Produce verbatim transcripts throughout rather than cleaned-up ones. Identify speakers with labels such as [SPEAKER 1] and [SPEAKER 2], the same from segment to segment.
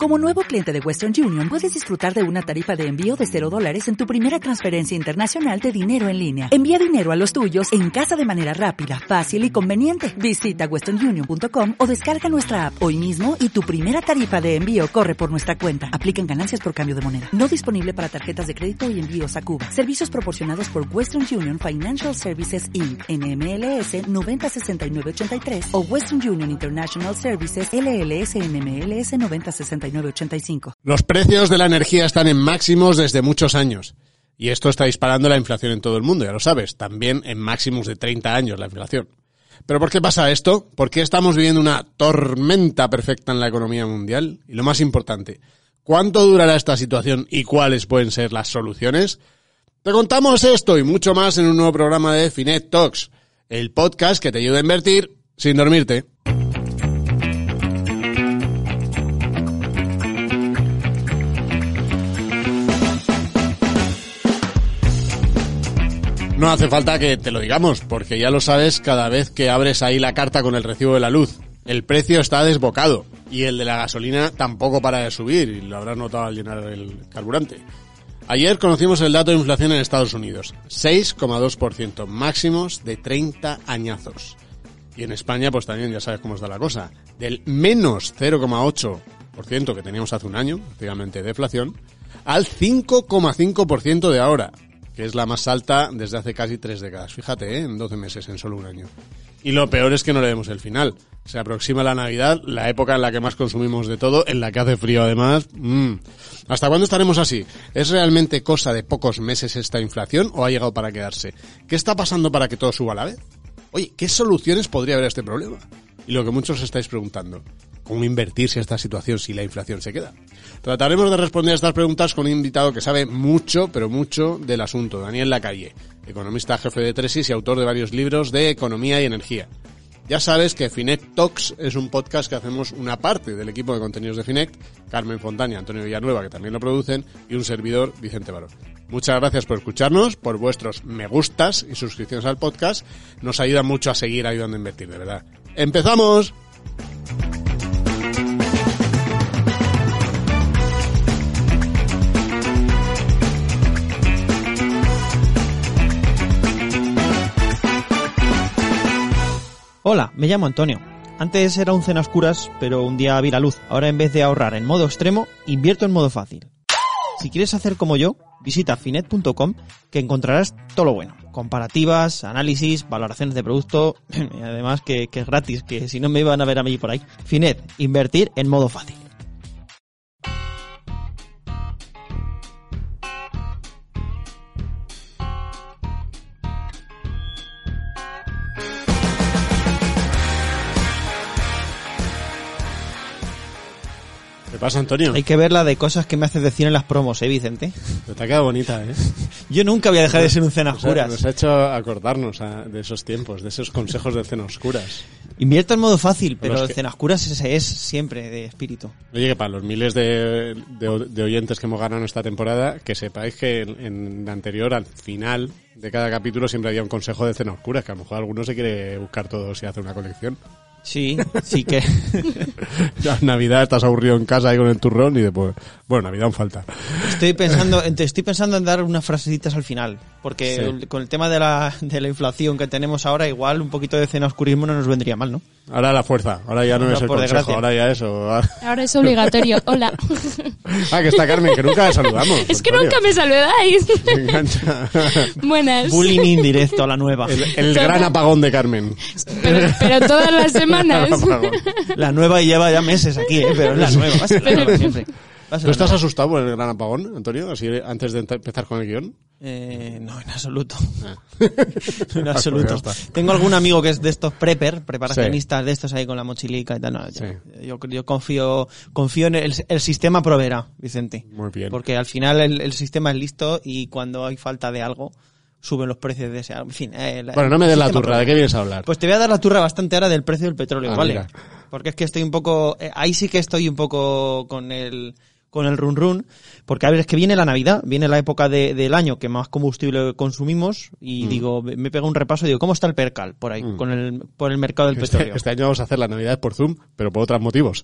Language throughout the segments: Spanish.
[SPEAKER 1] Como nuevo cliente de Western Union, puedes disfrutar de una tarifa de envío de cero dólares en tu primera transferencia internacional de dinero en línea. Envía dinero a los tuyos en casa de manera rápida, fácil y conveniente. Visita western union punto com o descarga nuestra app hoy mismo y tu primera tarifa de envío corre por nuestra cuenta. Aplican ganancias por cambio de moneda. No disponible para tarjetas de crédito y envíos a Cuba. Servicios proporcionados por Western Union Financial Services incorporated. N M L S noventa sesenta y nueve ochenta y tres o Western Union International Services L L S N M L S noventa sesenta y nueve ochenta y cinco.
[SPEAKER 2] Los precios de la energía están en máximos desde muchos años. Y esto está disparando la inflación en todo el mundo, ya lo sabes. También en máximos de treinta años la inflación. ¿Pero por qué pasa esto? ¿Por qué estamos viviendo una tormenta perfecta en la economía mundial? Y lo más importante, ¿cuánto durará esta situación y cuáles pueden ser las soluciones? Te contamos esto y mucho más en un nuevo programa de Finet Talks, el podcast que te ayuda a invertir sin dormirte. No hace falta que te lo digamos, porque ya lo sabes cada vez que abres ahí la carta con el recibo de la luz. El precio está desbocado y el de la gasolina tampoco para de subir, y lo habrás notado al llenar el carburante. Ayer conocimos el dato de inflación en Estados Unidos, seis coma dos por ciento, máximos de treinta añazos. Y en España pues también ya sabes cómo está la cosa, del menos cero coma ocho por ciento que teníamos hace un año, prácticamente de deflación, al cinco coma cinco por ciento de ahora, que es la más alta desde hace casi tres décadas. Fíjate, ¿eh? En doce meses, en solo un año. Y lo peor es que no le vemos el final. Se aproxima la Navidad, la época en la que más consumimos de todo, en la que hace frío además. Mm. ¿Hasta cuándo estaremos así? ¿Es realmente cosa de pocos meses esta inflación o ha llegado para quedarse? ¿Qué está pasando para que todo suba a la vez? Oye, ¿qué soluciones podría haber a este problema? Y lo que muchos estáis preguntando, ¿cómo invertirse en esta situación si la inflación se queda? Trataremos de responder a estas preguntas con un invitado que sabe mucho, pero mucho del asunto, Daniel Lacalle, economista jefe de Tresis y autor de varios libros de economía y energía. Ya sabes que Finet Talks es un podcast que hacemos una parte del equipo de contenidos de Finet, Carmen Fontana y Antonio Villanueva, que también lo producen, y un servidor, Vicente Barón. Muchas gracias por escucharnos, por vuestros me gustas y suscripciones al podcast. Nos ayuda mucho a seguir ayudando a invertir, de verdad. ¡Empezamos!
[SPEAKER 3] Hola, me llamo Antonio. Antes era un cena oscuras, pero un día vi la luz. Ahora en vez de ahorrar en modo extremo, invierto en modo fácil. Si quieres hacer como yo, visita finet punto com, que encontrarás todo lo bueno. Comparativas, análisis, valoraciones de producto, y además que, que es gratis, que si no me iban a ver a mí por ahí. Finet, invertir en modo fácil.
[SPEAKER 2] ¿Qué pasa, Antonio?
[SPEAKER 3] Hay que ver la de cosas que me haces decir en las promos, ¿eh, Vicente?
[SPEAKER 2] Pero te ha quedado bonita, ¿eh?
[SPEAKER 3] Yo nunca voy a dejar de ser un cena oscuras.
[SPEAKER 2] Nos ha, nos ha hecho acordarnos a, de esos tiempos, de esos consejos de cena oscuras.
[SPEAKER 3] Invierto en modo fácil, pero
[SPEAKER 2] que...
[SPEAKER 3] cena oscuras es, es siempre de espíritu.
[SPEAKER 2] Oye, que para los miles de, de, de oyentes que hemos ganado esta temporada, que sepáis que en, en la anterior, al final de cada capítulo, siempre había un consejo de cena oscuras, que a lo mejor alguno se quiere buscar todos y hacer una colección.
[SPEAKER 3] Sí, sí que...
[SPEAKER 2] Ya Navidad estás aburrido en casa ahí con el turrón y después... Bueno, Navidad aún falta.
[SPEAKER 3] Estoy pensando, estoy pensando en dar unas frasecitas al final, porque sí. el, con el tema de la, de la inflación que tenemos ahora, igual un poquito de cena oscurismo no nos vendría mal, ¿no?
[SPEAKER 2] Ahora la fuerza, ahora ya no, no es el consejo, desgracia. Ahora ya eso.
[SPEAKER 4] Ahora es obligatorio, hola.
[SPEAKER 2] Ah, que está Carmen, que nunca la saludamos.
[SPEAKER 4] Es que nunca me saludáis.
[SPEAKER 2] Me engancha.
[SPEAKER 4] Buenas.
[SPEAKER 3] Bullying indirecto a la nueva.
[SPEAKER 2] El, el gran apagón de Carmen.
[SPEAKER 4] Pero, pero todas las semanas.
[SPEAKER 3] La nueva lleva ya meses aquí, ¿eh? Pero es la nueva. Va a ser la nueva siempre.
[SPEAKER 2] ¿Tú estás asustado por el gran apagón, Antonio? Así antes de empezar con el guión.
[SPEAKER 3] Eh, no, en absoluto. Ah. En absoluto. Tengo algún amigo que es de estos prepper, preparacionistas sí. de estos ahí con la mochilica y tal. No, sí. yo, yo confío confío en el, el sistema proveerá, Vicente.
[SPEAKER 2] Muy bien.
[SPEAKER 3] Porque al final el, el sistema es listo y cuando hay falta de algo suben los precios de ese algo. En fin. Eh, la,
[SPEAKER 2] bueno, no me des la turra. Provera. ¿De qué vienes a hablar?
[SPEAKER 3] Pues te voy a dar la turra bastante ahora del precio del petróleo,
[SPEAKER 2] ah,
[SPEAKER 3] ¿vale?
[SPEAKER 2] Mira.
[SPEAKER 3] Porque es que estoy un poco... Eh, ahí sí que estoy un poco con el... con el run run, porque a ver, es que viene la Navidad, viene la época de, del año que más combustible consumimos y mm. digo, me pego un repaso y digo, ¿cómo está el percal por ahí, mm. con el por el mercado del
[SPEAKER 2] este,
[SPEAKER 3] petróleo?
[SPEAKER 2] Este año vamos a hacer las Navidades por Zoom, pero por otros motivos.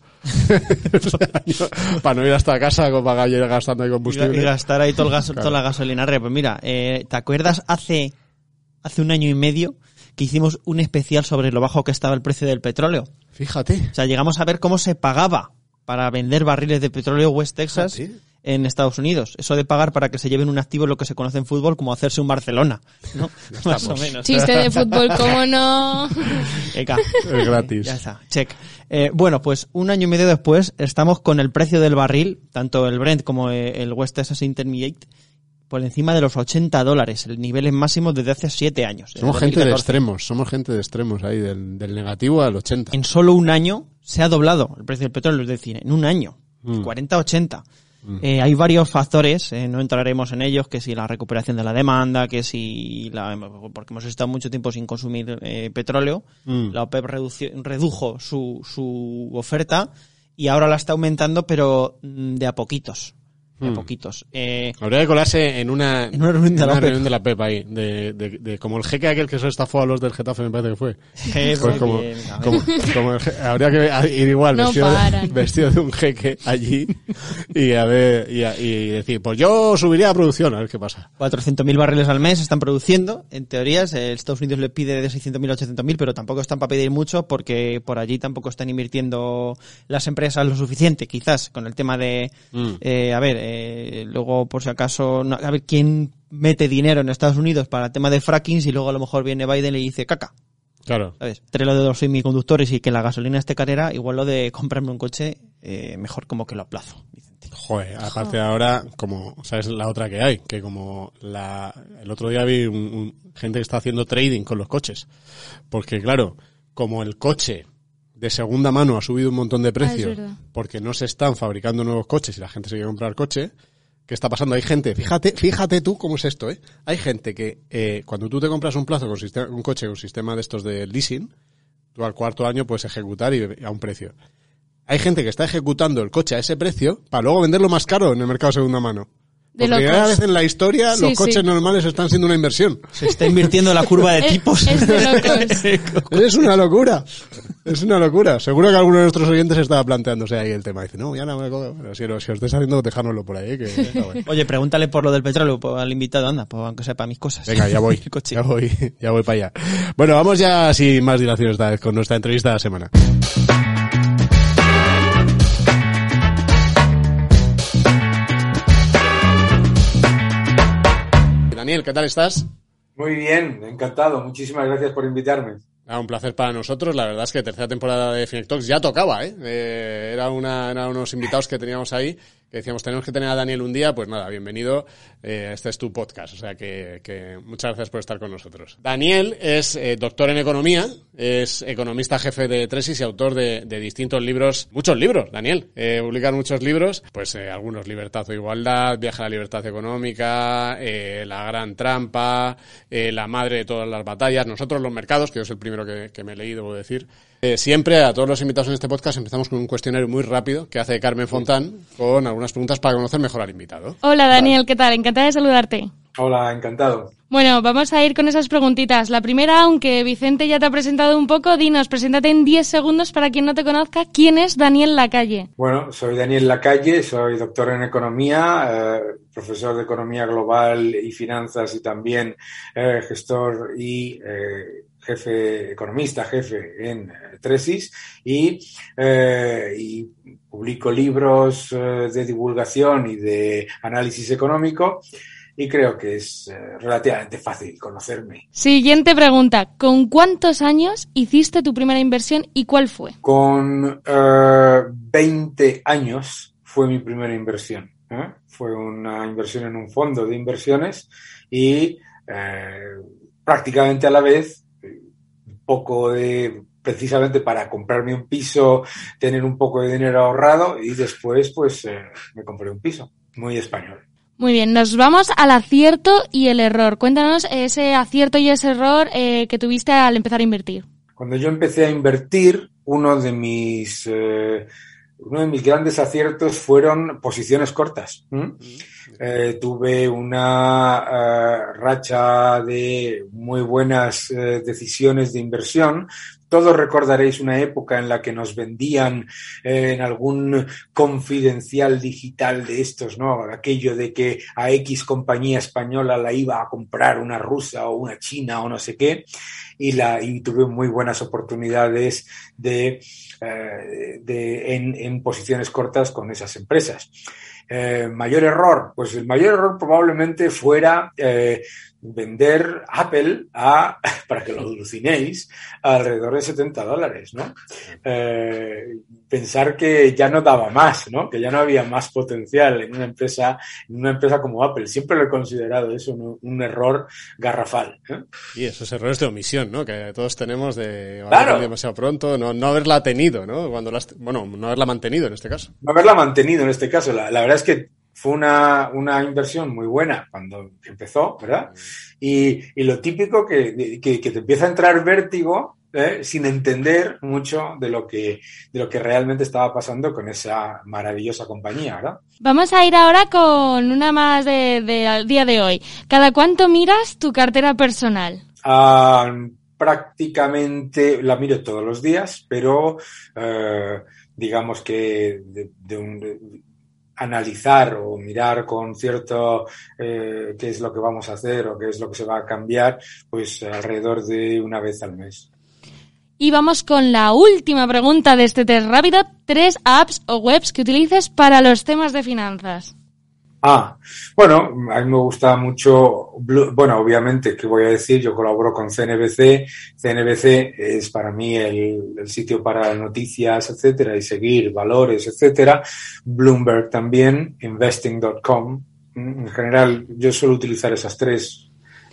[SPEAKER 2] Este año, para no ir hasta casa para ir gastando ahí combustible.
[SPEAKER 3] Y gastar ahí todo el gas, claro. toda la gasolina. Pues mira, eh, ¿te acuerdas hace, hace un año y medio que hicimos un especial sobre lo bajo que estaba el precio del petróleo?
[SPEAKER 2] Fíjate.
[SPEAKER 3] O sea, llegamos a ver cómo se pagaba para vender barriles de petróleo West Texas ¿sí? en Estados Unidos. Eso de pagar para que se lleven un activo es lo que se conoce en fútbol como hacerse un Barcelona, ¿no? Más o menos.
[SPEAKER 4] Chiste de fútbol, ¿cómo no?
[SPEAKER 3] Eka.
[SPEAKER 2] Es gratis.
[SPEAKER 3] Ya está, check. Eh, bueno, pues un año y medio después estamos con el precio del barril, tanto el Brent como el West Texas Intermediate, por encima de los ochenta dólares, el nivel máximo desde hace siete años.
[SPEAKER 2] Somos gente de extremos, somos gente de extremos ahí, del, del negativo al ochenta.
[SPEAKER 3] En solo un año se ha doblado el precio del petróleo, es decir, en un año, mm. cuarenta a ochenta. Mm. Eh, hay varios factores, eh, no entraremos en ellos, que si la recuperación de la demanda, que si la, porque hemos estado mucho tiempo sin consumir eh, petróleo, mm. la OPEP redució, redujo su, su oferta y ahora la está aumentando, pero de a poquitos. De hmm. poquitos. Eh,
[SPEAKER 2] Habría que colarse en una,
[SPEAKER 3] en una reunión de la,
[SPEAKER 2] una reunión de la P E P ahí, de, de, de como el jeque aquel que se estafó a los del Getafe, me parece que fue.
[SPEAKER 3] Eh,
[SPEAKER 2] pues como, bien, como, como el, habría que ir igual,
[SPEAKER 4] no
[SPEAKER 2] vestido, de, vestido de un jeque allí y a ver, y, a, y decir, pues yo subiría la producción, a ver qué pasa.
[SPEAKER 3] cuatrocientos mil barriles al mes están produciendo, en teoría, Estados Unidos le pide de seiscientos mil a ochocientos mil, pero tampoco están para pedir mucho porque por allí tampoco están invirtiendo las empresas lo suficiente, quizás, con el tema de, mm. eh, a ver, Eh, luego por si acaso no, a ver quién mete dinero en Estados Unidos para el tema de fracking y luego a lo mejor viene Biden y le dice caca.
[SPEAKER 2] Claro.
[SPEAKER 3] ¿Sabes? Entre lo de los semiconductores y que la gasolina esté carera, igual lo de comprarme un coche, eh, mejor como que lo aplazo. Vicente.
[SPEAKER 2] Joder, aparte de ahora, como, ¿sabes? La otra que hay, que como la, el otro día vi un, un, gente que está haciendo trading con los coches. Porque claro, como el coche de segunda mano ha subido un montón de precio ah, porque no se están fabricando nuevos coches y la gente se quiere comprar coche. ¿Qué está pasando? Hay gente, fíjate, fíjate tú cómo es esto, ¿eh? Hay gente que eh, cuando tú te compras un plazo con sistema, un coche con sistema de estos de leasing, tú al cuarto año puedes ejecutar y a un precio. Hay gente que está ejecutando el coche a ese precio para luego venderlo más caro en el mercado de segunda mano. Por primera vez en la historia, sí, los coches sí. normales están siendo una inversión.
[SPEAKER 3] Se está invirtiendo la curva de tipos.
[SPEAKER 4] Es, es de locos.
[SPEAKER 2] Es una locura. Es una locura. Seguro que alguno de nuestros oyentes estaba planteándose ahí el tema. Dice, no, ya no me cojo. Pero si, si os estáis haciendo, dejárnoslo por ahí. Que está bueno.
[SPEAKER 3] Oye, pregúntale por lo del petróleo pues, al invitado, anda, pues, aunque sepa mis cosas.
[SPEAKER 2] Venga, ya voy. ya voy, ya voy para allá. Bueno, vamos ya sin más dilación esta vez con nuestra entrevista de la semana. Daniel, ¿qué tal estás?
[SPEAKER 5] Muy bien, encantado. Muchísimas gracias por invitarme.
[SPEAKER 2] Ah, un placer para nosotros. La verdad es que tercera temporada de Finec Talks ya tocaba, ¿eh? eh era una, eran unos invitados que teníamos ahí, que decíamos, tenemos que tener a Daniel un día. Pues nada, bienvenido. Eh, este es tu podcast, o sea que, que muchas gracias por estar con nosotros. Daniel es eh, doctor en economía, es economista jefe de Tresis y autor de, de distintos libros, muchos libros, Daniel. Eh, publicar muchos libros, pues eh, algunos Libertad o Igualdad, Viaje a la Libertad Económica, eh, La Gran Trampa, eh, La Madre de Todas las Batallas, Nosotros los Mercados, que es el primero que, que me he leído, debo decir. Eh, siempre a todos los invitados en este podcast empezamos con un cuestionario muy rápido que hace Carmen Fontán con algunas preguntas para conocer mejor al invitado.
[SPEAKER 4] Hola Daniel, vale. ¿Qué tal? Encantada de saludarte.
[SPEAKER 5] Hola, encantado.
[SPEAKER 4] Bueno, vamos a ir con esas preguntitas. La primera, aunque Vicente ya te ha presentado un poco, dinos, preséntate en diez segundos para quien no te conozca. ¿Quién es Daniel Lacalle?
[SPEAKER 5] Bueno, soy Daniel Lacalle, soy doctor en economía, eh, profesor de economía global y finanzas y también eh, gestor y eh, jefe, economista jefe en eh, Tresis y, eh, y publico libros eh, de divulgación y de análisis económico. Y creo que es eh, relativamente fácil conocerme.
[SPEAKER 4] Siguiente pregunta. ¿Con cuántos años hiciste tu primera inversión y cuál fue?
[SPEAKER 5] Con eh, veinte años fue mi primera inversión. ¿eh? Fue una inversión en un fondo de inversiones y eh, prácticamente a la vez, un poco de... precisamente para comprarme un piso, tener un poco de dinero ahorrado y después pues eh, me compré un piso. Muy español.
[SPEAKER 4] Muy bien, nos vamos al acierto y el error. Cuéntanos ese acierto y ese error eh, que tuviste al empezar a invertir.
[SPEAKER 5] Cuando yo empecé a invertir, uno de mis eh, uno de mis grandes aciertos fueron posiciones cortas. ¿Mm? Eh, tuve una uh, racha de muy buenas uh, decisiones de inversión. Todos recordaréis una época en la que nos vendían eh, en algún confidencial digital de estos, ¿no? Aquello de que a X compañía española la iba a comprar una rusa o una china o no sé qué. Y, la, y tuve muy buenas oportunidades de, eh, de, en, en posiciones cortas con esas empresas. Eh, mayor error, pues el mayor error probablemente fuera eh, vender Apple a, para que lo alucinéis, alrededor de setenta dólares, ¿no? Eh, pensar que ya no daba más, ¿no? Que ya no había más potencial en una empresa, en una empresa como Apple. Siempre lo he considerado eso un, un error garrafal, ¿eh?
[SPEAKER 2] Y esos errores de omisión, ¿no? Que todos tenemos de
[SPEAKER 5] claro.
[SPEAKER 2] demasiado pronto, no, no haberla tenido, ¿no? Cuando la, bueno, no haberla mantenido en este caso.
[SPEAKER 5] No haberla mantenido en este caso. La, la verdad es que fue una, una inversión muy buena cuando empezó, ¿verdad? Y, y lo típico que, que, que te empieza a entrar vértigo, ¿eh? Sin entender mucho de lo que, de lo que realmente estaba pasando con esa maravillosa compañía, ¿verdad?
[SPEAKER 4] Vamos a ir ahora con una más de, de al día de hoy. ¿Cada cuánto miras tu cartera personal?
[SPEAKER 5] Uh, prácticamente la miro todos los días, pero uh, digamos que de, de un... De, analizar o mirar con cierto eh, qué es lo que vamos a hacer o qué es lo que se va a cambiar, pues alrededor de una vez al mes.
[SPEAKER 4] Y vamos con la última pregunta de este test rápido. Tres apps o webs que utilices para los temas de finanzas.
[SPEAKER 5] Ah, bueno, a mí me gusta mucho, bueno, obviamente, ¿qué voy a decir? Yo colaboro con C N B C. C N B C es para mí el, el sitio para noticias, etcétera, y seguir valores, etcétera. Bloomberg también, investing punto com. En general, yo suelo utilizar esas tres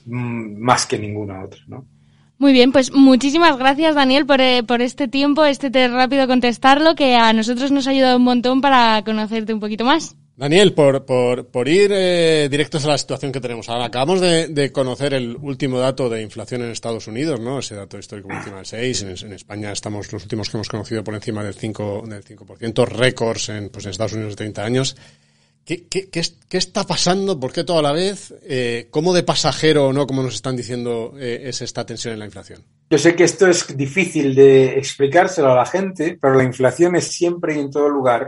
[SPEAKER 5] más que ninguna otra, ¿no?
[SPEAKER 4] Muy bien, pues muchísimas gracias, Daniel, por, eh, por este tiempo, este test rápido contestarlo, que a nosotros nos ha ayudado un montón para conocerte un poquito más.
[SPEAKER 2] Daniel, por, por, por ir eh, directos a la situación que tenemos ahora, acabamos de, de conocer el último dato de inflación en Estados Unidos, ¿no? Ese dato histórico por encima del seis, en, en España estamos los últimos que hemos conocido por encima del cinco, del cinco por ciento, récords en, pues en Estados Unidos de treinta años. ¿Qué, qué, qué, qué está pasando? ¿Por qué todo a la vez? Eh, ¿Cómo de pasajero o no, como nos están diciendo, eh, es esta tensión en la inflación?
[SPEAKER 5] Yo sé que esto es difícil de explicárselo a la gente, pero la inflación es siempre y en todo lugar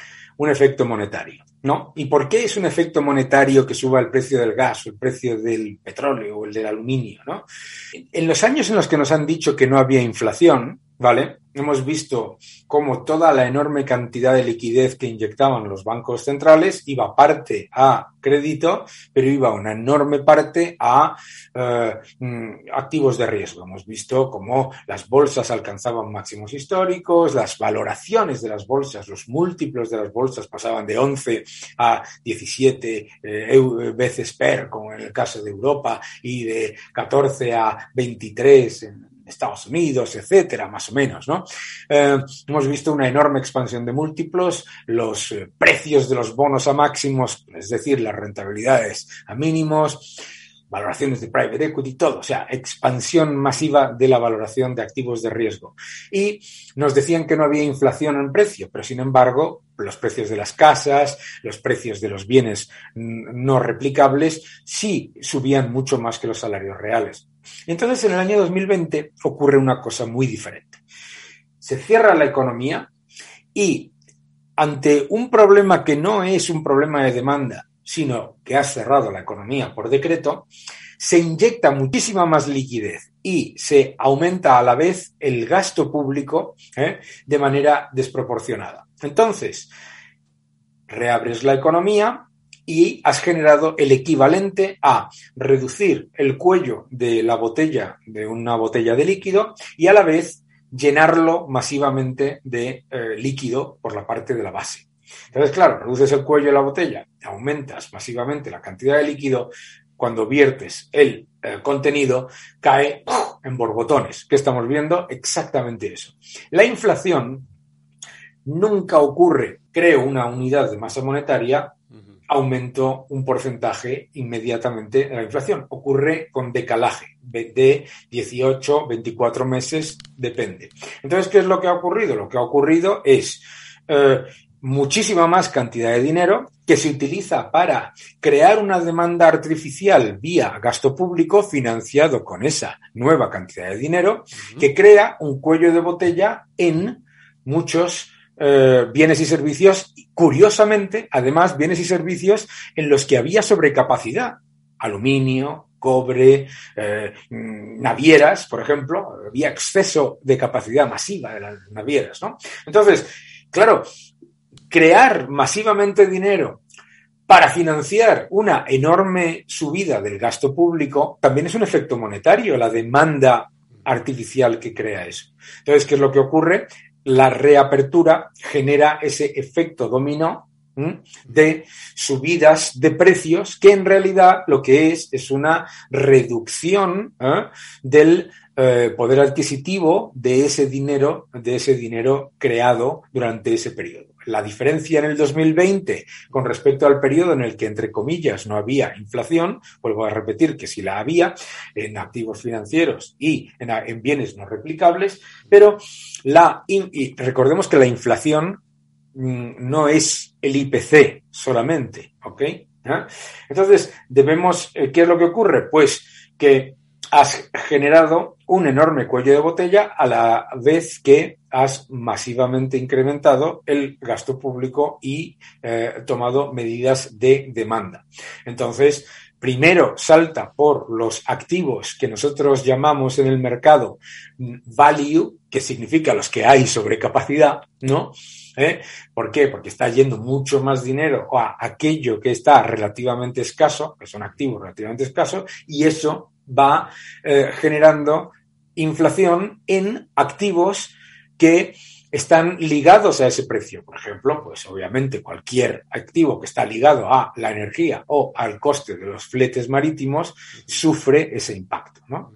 [SPEAKER 5] un efecto monetario, ¿no? ¿Y por qué es un efecto monetario que suba el precio del gas o el precio del petróleo o el del aluminio, ¿no? En los años en los que nos han dicho que no había inflación, ¿vale? Hemos visto cómo toda la enorme cantidad de liquidez que inyectaban los bancos centrales iba parte a crédito, pero iba una enorme parte a eh, activos de riesgo. Hemos visto cómo las bolsas alcanzaban máximos históricos, las valoraciones de las bolsas, los múltiplos de las bolsas pasaban de once a diecisiete eh, veces per, como en el caso de Europa, y de catorce a veintitrés en Estados Unidos, etcétera, más o menos, ¿no? Eh, hemos visto una enorme expansión de múltiplos, los eh, precios de los bonos a máximos, es decir, las rentabilidades a mínimos, valoraciones de private equity, todo, o sea, expansión masiva de la valoración de activos de riesgo. Y nos decían que no había inflación en precio, pero sin embargo, los precios de las casas, los precios de los bienes no replicables, sí subían mucho más que los salarios reales. Entonces, en el año dos mil veinte ocurre una cosa muy diferente. Se cierra la economía y ante un problema que no es un problema de demanda, sino que ha cerrado la economía por decreto, se inyecta muchísima más liquidez y se aumenta a la vez el gasto público ¿eh? de manera desproporcionada. Entonces, reabres la economía y has generado el equivalente a reducir el cuello de la botella, de una botella de líquido, y a la vez llenarlo masivamente de eh, líquido por la parte de la base. Entonces, claro, reduces el cuello de la botella, aumentas masivamente la cantidad de líquido, cuando viertes el eh, contenido, cae ¡puf! En borbotones. ¿Qué estamos viendo? Exactamente eso. La inflación nunca ocurre, creo, una unidad de masa monetaria, aumentó un porcentaje inmediatamente de la inflación. Ocurre con decalaje de dieciocho, veinticuatro meses, depende. Entonces, ¿qué es lo que ha ocurrido? Lo que ha ocurrido es eh, muchísima más cantidad de dinero que se utiliza para crear una demanda artificial vía gasto público financiado con esa nueva cantidad de dinero, uh-huh. que crea un cuello de botella en muchos eh, bienes y servicios, curiosamente, además, bienes y servicios en los que había sobrecapacidad. Aluminio, cobre, eh, navieras, por ejemplo, había exceso de capacidad masiva de las navieras, ¿no? Entonces, claro, crear masivamente dinero para financiar una enorme subida del gasto público también es un efecto monetario, la demanda artificial que crea eso. Entonces, ¿qué es lo que ocurre? La reapertura genera ese efecto dominó de subidas de precios que en realidad lo que es es una reducción ¿eh? del eh, poder adquisitivo de ese dinero, de ese dinero creado durante ese periodo. La diferencia en el dos mil veinte con respecto al periodo en el que, entre comillas, no había inflación, vuelvo a repetir que sí la había en activos financieros y en, en bienes no replicables, pero la y recordemos que la inflación no es el I P C solamente, ¿ok? ¿Eh? Entonces, debemos, ¿qué es lo que ocurre? Pues que has generado un enorme cuello de botella a la vez que has masivamente incrementado el gasto público y eh, tomado medidas de demanda. Entonces, primero salta por los activos que nosotros llamamos en el mercado value, que significa los que hay sobrecapacidad, ¿no? ¿Eh? ¿Por qué? Porque está yendo mucho más dinero a aquello que está relativamente escaso, que son activos relativamente escasos, y eso va eh, generando inflación en activos que están ligados a ese precio. Por ejemplo, pues obviamente cualquier activo que está ligado a la energía o al coste de los fletes marítimos sufre ese impacto, ¿no?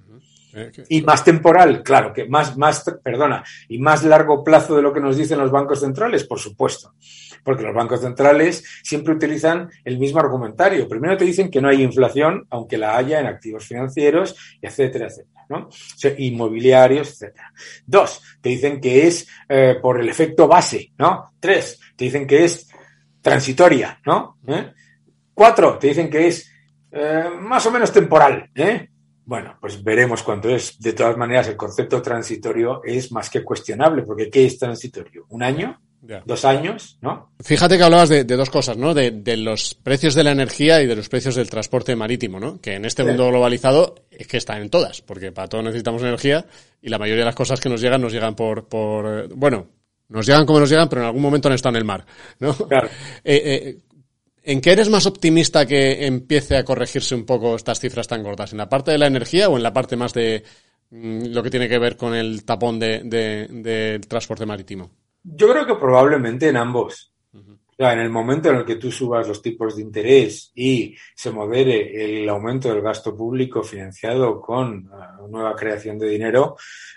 [SPEAKER 5] Y más temporal, claro, que más, más, perdona, y más largo plazo de lo que nos dicen los bancos centrales, por supuesto. Porque los bancos centrales siempre utilizan el mismo argumentario. Primero te dicen que no hay inflación, aunque la haya en activos financieros, etcétera, etcétera, ¿no? O sea, inmobiliarios, etcétera. Dos, te dicen que es eh, por el efecto base, ¿no? Tres, te dicen que es transitoria, ¿no? ¿Eh? Cuatro, te dicen que es eh, más o menos temporal, ¿eh? Bueno, pues veremos cuánto es. De todas maneras, el concepto transitorio es más que cuestionable, porque ¿qué es transitorio? ¿Un año? Yeah. ¿Dos años? ¿No?
[SPEAKER 2] Fíjate que hablabas de, de dos cosas, ¿no? De, de los precios de la energía y de los precios del transporte marítimo, ¿no? Que en este mundo globalizado es que están en todas, porque para todo necesitamos energía y la mayoría de las cosas que nos llegan nos llegan por, por bueno, nos llegan como nos llegan, pero en algún momento han estado en el mar, ¿no?
[SPEAKER 5] Claro.
[SPEAKER 2] Eh, eh, ¿En qué eres más optimista que empiece a corregirse un poco estas cifras tan gordas? ¿En la parte de la energía o en la parte más de mm, lo que tiene que ver con el tapón de, de, de transporte marítimo?
[SPEAKER 5] Yo creo que probablemente en ambos. Uh-huh. O sea, en el momento en el que tú subas los tipos de interés y se modere el aumento del gasto público financiado con uh, nueva creación de dinero,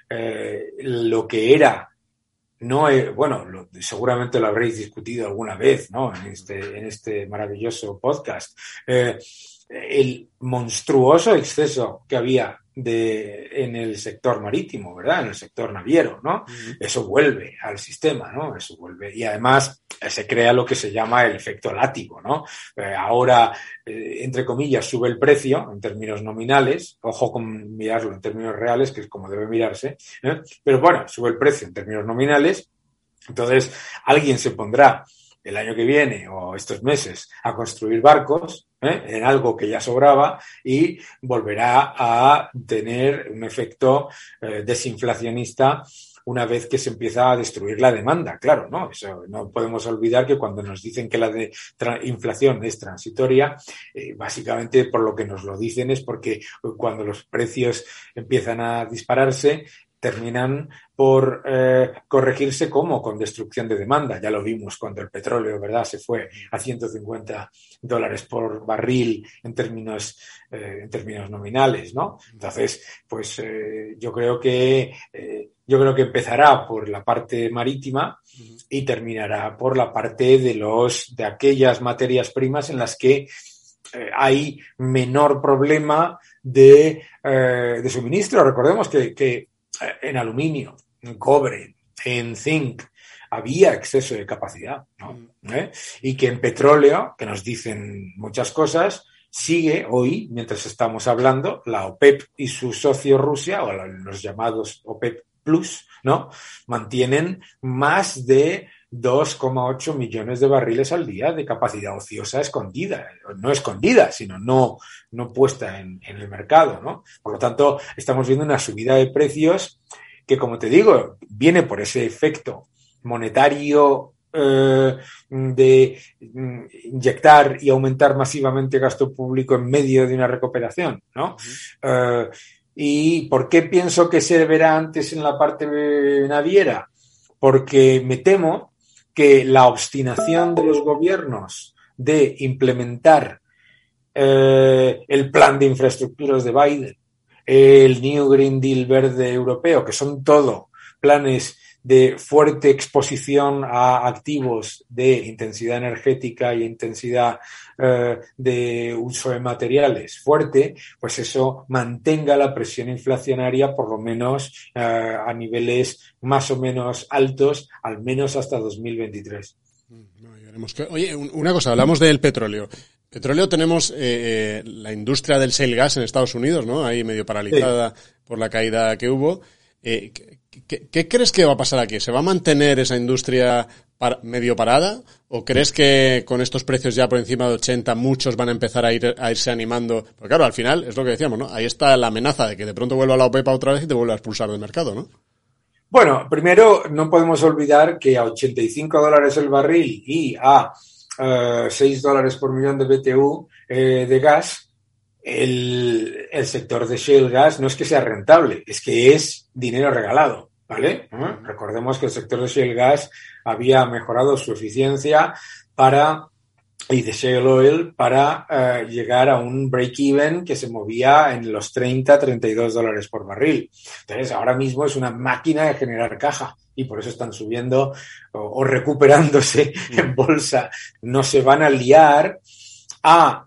[SPEAKER 5] eh, lo que era No, eh, bueno, lo, seguramente lo habréis discutido alguna vez, ¿no? En este, en este maravilloso podcast. Eh, el monstruoso exceso que había de, en el sector marítimo, ¿verdad? En el sector naviero, ¿no? Uh-huh. Eso vuelve al sistema, ¿no? Eso vuelve. Y además se crea lo que se llama el efecto látigo, ¿no? Eh, ahora, eh, entre comillas, sube el precio en términos nominales. Ojo con mirarlo en términos reales, que es como debe mirarse, ¿eh? Pero bueno, sube el precio en términos nominales. Entonces, alguien se pondrá el año que viene o estos meses a construir barcos ¿eh? en algo que ya sobraba y volverá a tener un efecto eh, desinflacionista una vez que se empieza a destruir la demanda. Claro, ¿no? Eso, no podemos olvidar que cuando nos dicen que la de tra- inflación es transitoria, eh, básicamente por lo que nos lo dicen es porque cuando los precios empiezan a dispararse, terminan por eh, corregirse como con destrucción de demanda. Ya lo vimos cuando el petróleo, ¿verdad?, se fue a ciento cincuenta dólares por barril en términos eh, en términos nominales, ¿no? Entonces, pues eh, yo creo que eh, yo creo que empezará por la parte marítima y terminará por la parte de los de aquellas materias primas en las que eh, hay menor problema de eh, de suministro. Recordemos que que en aluminio, en cobre, en zinc, había exceso de capacidad, ¿no? ¿Eh? Y que en petróleo, que nos dicen muchas cosas, sigue hoy, mientras estamos hablando, la OPEP y su socio Rusia, o los llamados OPEP Plus, ¿no? Mantienen más de dos coma ocho millones de barriles al día de capacidad ociosa escondida, no escondida, sino no, no puesta en, en el mercado, ¿no? Por lo tanto, estamos viendo una subida de precios que, como te digo, viene por ese efecto monetario eh, de mm, inyectar y aumentar masivamente gasto público en medio de una recuperación, ¿no? Uh-huh. Eh, ¿Y por qué pienso que se verá antes en la parte naviera? Porque me temo que la obstinación de los gobiernos de implementar eh, el plan de infraestructuras de Biden, el New Green Deal verde europeo, que son todo planes de fuerte exposición a activos de intensidad energética y intensidad eh, de uso de materiales fuerte, pues eso mantenga la presión inflacionaria por lo menos eh, a niveles más o menos altos, al menos hasta dos mil veintitrés.
[SPEAKER 2] Oye, una cosa, hablamos del petróleo. Petróleo tenemos eh, la industria del shale gas en Estados Unidos, ¿no? Ahí medio paralizada sí. por la caída que hubo. Eh, ¿qué, ¿Qué crees que va a pasar aquí? ¿Se va a mantener esa industria par, medio parada? ¿O crees que con estos precios ya por encima de ochenta muchos van a empezar a, ir, a irse animando? Porque claro, al final es lo que decíamos, ¿no? Ahí está la amenaza de que de pronto vuelva la OPEP otra vez y te vuelva a expulsar del mercado, ¿no?
[SPEAKER 5] Bueno, primero no podemos olvidar que a ochenta y cinco dólares el barril y a uh, seis dólares por millón de B T U eh, de gas, el, el sector de shale gas no es que sea rentable, es que es dinero regalado, ¿vale? ¿Eh? Recordemos que el sector de shale gas había mejorado su eficiencia para y de shale oil para uh, llegar a un break-even que se movía en los treinta, treinta y dos dólares por barril. Entonces, ahora mismo es una máquina de generar caja y por eso están subiendo o, o recuperándose en bolsa. No se van a liar a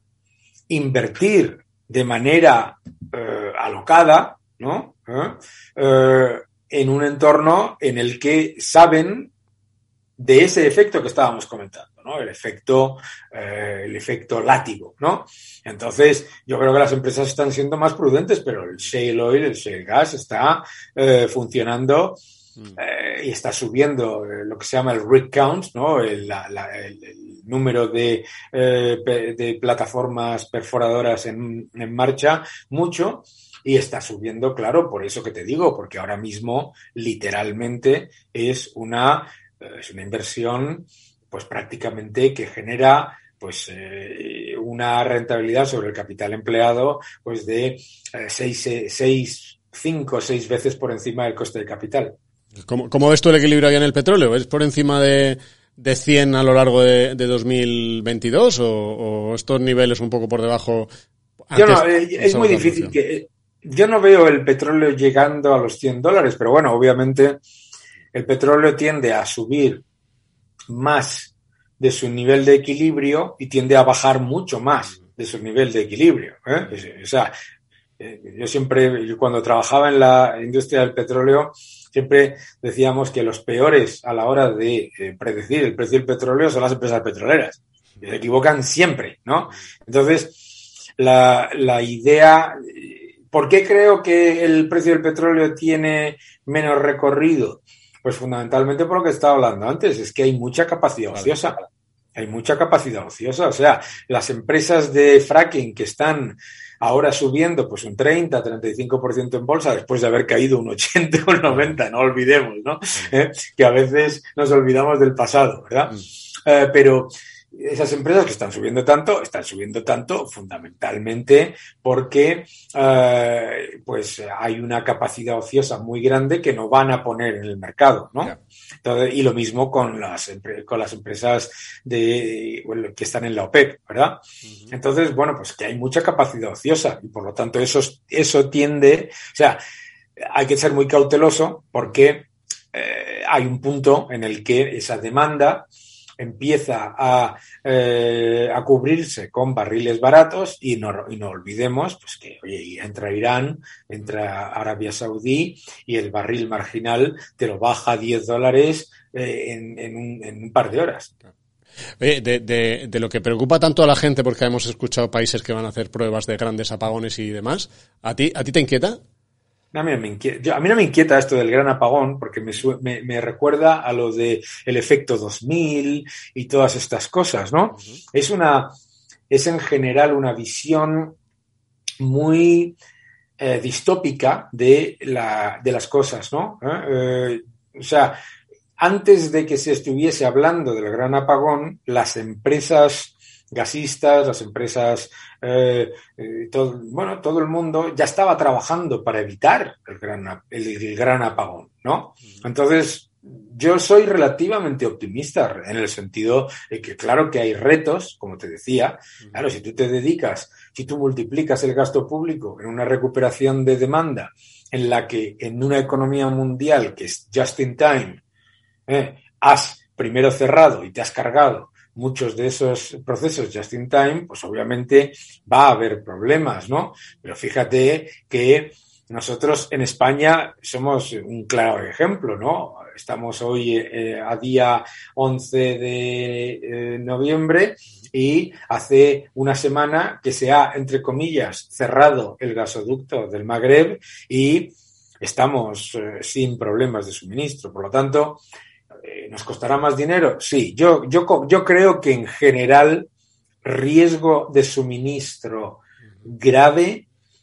[SPEAKER 5] invertir de manera uh, alocada, ¿no? ¿Eh? Uh, en un entorno en el que saben de ese efecto que estábamos comentando, ¿no? El efecto, eh, el efecto látigo, ¿no? Entonces, yo creo que las empresas están siendo más prudentes, pero el shale oil, el shale gas está eh, funcionando eh, y está subiendo eh, lo que se llama el rig count, ¿no? El, la, la, el, el número de, eh, de plataformas perforadoras en, en marcha mucho. Y está subiendo, claro, por eso que te digo, porque ahora mismo, literalmente, es una es una inversión pues prácticamente que genera pues eh, una rentabilidad sobre el capital empleado pues de eh, seis, seis, cinco, seis veces por encima del coste de capital.
[SPEAKER 2] ¿Cómo, cómo ves tú el equilibrio ahí en el petróleo? ¿Es por encima de, de cien a lo largo de, de dos mil veintidós o, o estos niveles un poco por debajo?
[SPEAKER 5] Yo no, eh, es muy difícil que eh, yo no veo el petróleo llegando a los cien dólares, pero bueno, obviamente el petróleo tiende a subir más de su nivel de equilibrio y tiende a bajar mucho más de su nivel de equilibrio, ¿eh? O sea, yo siempre, yo cuando trabajaba en la industria del petróleo, siempre decíamos que los peores a la hora de predecir el precio del petróleo son las empresas petroleras. Se equivocan siempre, ¿no? Entonces, la, la idea... ¿Por qué creo que el precio del petróleo tiene menos recorrido? Pues fundamentalmente por lo que estaba hablando antes, es que hay mucha capacidad ociosa. Hay mucha capacidad ociosa. O sea, las empresas de fracking que están ahora subiendo pues un treinta, treinta y cinco por ciento en bolsa después de haber caído un ochenta o un noventa, no olvidemos, ¿no? ¿Eh? Que a veces nos olvidamos del pasado, ¿verdad? Eh, pero esas empresas que están subiendo tanto, están subiendo tanto fundamentalmente porque eh, pues hay una capacidad ociosa muy grande que no van a poner en el mercado, ¿no? Yeah. Entonces, y lo mismo con las con las empresas de bueno, que están en la OPEP, ¿verdad? Uh-huh. Entonces, bueno, pues que hay mucha capacidad ociosa y por lo tanto eso, eso tiende, o sea, hay que ser muy cauteloso porque eh, hay un punto en el que esa demanda empieza a, eh, a cubrirse con barriles baratos y no, y no olvidemos pues que oye, entra Irán, entra Arabia Saudí y el barril marginal te lo baja a diez dólares eh, en, en, un, en un par de horas.
[SPEAKER 2] Oye, de, de, de lo que preocupa tanto a la gente, porque hemos escuchado países que van a hacer pruebas de grandes apagones y demás, ¿a ti, a ti te inquieta?
[SPEAKER 5] A mí, me inquieta, yo, a mí no me inquieta esto del gran apagón porque me, me, me recuerda a lo de el efecto dos mil y todas estas cosas, ¿no? Uh-huh. Es una, es en general una visión muy eh, distópica de, la, de las cosas, ¿no? ¿Eh? Eh, o sea, antes de que se estuviese hablando del gran apagón, las empresas gasistas, las empresas, eh, eh, todo, bueno, todo el mundo ya estaba trabajando para evitar el gran, el, el gran apagón, ¿no? Entonces, yo soy relativamente optimista en el sentido de que claro que hay retos, como te decía, claro, si tú te dedicas, si tú multiplicas el gasto público en una recuperación de demanda en la que en una economía mundial que es just in time, eh, has primero cerrado y te has cargado muchos de esos procesos just in time, pues obviamente va a haber problemas, ¿no? Pero fíjate que nosotros en España somos un claro ejemplo, ¿no? Estamos hoy eh, a día once de eh, noviembre y hace una semana que se ha, entre comillas, cerrado el gasoducto del Magreb y estamos eh, sin problemas de suministro. Por lo tanto, ¿nos costará más dinero? Sí, yo, yo, yo creo que en general riesgo de suministro grave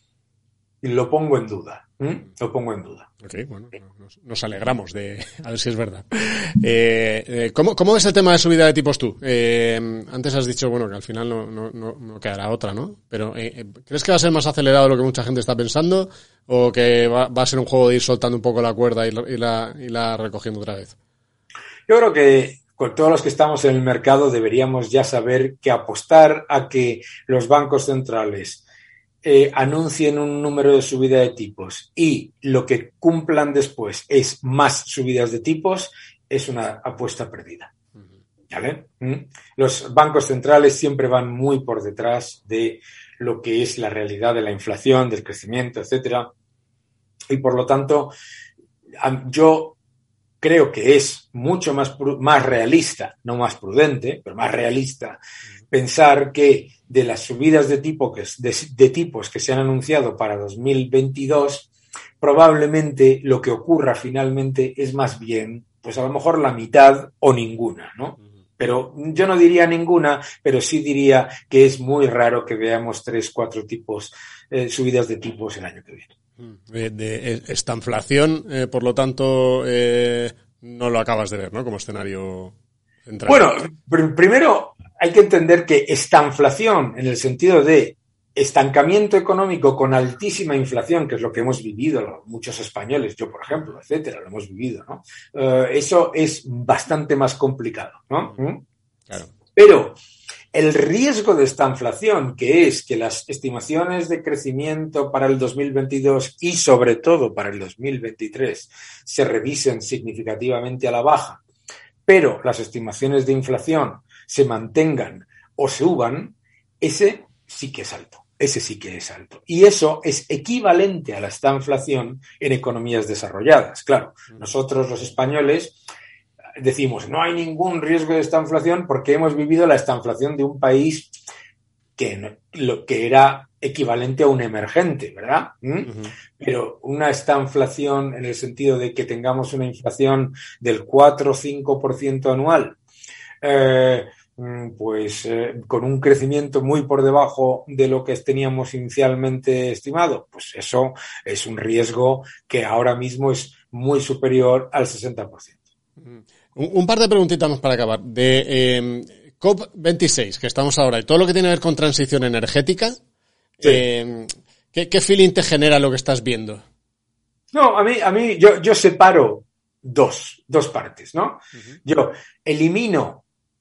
[SPEAKER 5] lo pongo en duda. ¿Mm? Lo pongo en duda.
[SPEAKER 2] Ok, bueno, nos, nos alegramos de a ver si es verdad. Eh, eh, ¿cómo, ¿Cómo ves el tema de subida de tipos tú? Eh, antes has dicho, bueno, que al final no, no, no, no quedará otra, ¿no? Pero eh, ¿crees que va a ser más acelerado de lo que mucha gente está pensando? ¿O que va, va a ser un juego de ir soltando un poco la cuerda y la, y la, y la recogiendo otra vez?
[SPEAKER 5] Yo creo que con todos los que estamos en el mercado deberíamos ya saber que apostar a que los bancos centrales eh, anuncien un número de subida de tipos y lo que cumplan después es más subidas de tipos es una apuesta perdida. ¿Vale? ¿Mm? Los bancos centrales siempre van muy por detrás de lo que es la realidad de la inflación, del crecimiento, etcétera. Y por lo tanto, yo creo que es mucho más, más realista, no más prudente, pero más realista, pensar que de las subidas de, tipo que, de, de tipos que se han anunciado para dos mil veintidós, probablemente lo que ocurra finalmente es más bien, pues a lo mejor la mitad o ninguna, ¿no? Pero yo no diría ninguna, pero sí diría que es muy raro que veamos tres, cuatro tipos, eh, subidas de tipos el año que viene.
[SPEAKER 2] De, de esta inflación, eh, por lo tanto, eh, no lo acabas de ver, ¿no? Como escenario central.
[SPEAKER 5] Bueno, pr- primero hay que entender que esta inflación, en el sentido de estancamiento económico con altísima inflación, que es lo que hemos vivido muchos españoles, yo por ejemplo, etcétera, lo hemos vivido, ¿no? Uh, eso es bastante más complicado, ¿no? ¿Mm?
[SPEAKER 2] Claro.
[SPEAKER 5] Pero el riesgo de esta inflación, que es que las estimaciones de crecimiento para el dos mil veintidós y sobre todo para el dos mil veintitrés se revisen significativamente a la baja, pero las estimaciones de inflación se mantengan o suban, ese sí que es alto. Ese sí que es alto. Y eso es equivalente a la estanflación en economías desarrolladas. Claro, nosotros los españoles decimos, no hay ningún riesgo de estanflación porque hemos vivido la estanflación de un país que, lo, que era equivalente a un emergente, ¿verdad? ¿Mm? Uh-huh. Pero una estanflación en el sentido de que tengamos una inflación del cuatro o cinco por ciento anual, eh, pues eh, con un crecimiento muy por debajo de lo que teníamos inicialmente estimado, pues eso es un riesgo que ahora mismo es muy superior al sesenta por ciento.
[SPEAKER 2] Uh-huh. Un, un par de preguntitas más para acabar. De eh, COP veintiséis, que estamos ahora, y todo lo que tiene que ver con transición energética, sí. eh, ¿qué, ¿qué feeling te genera lo que estás viendo?
[SPEAKER 5] No, a mí, a mí yo, yo separo dos, dos partes, ¿no? Uh-huh. Yo elimino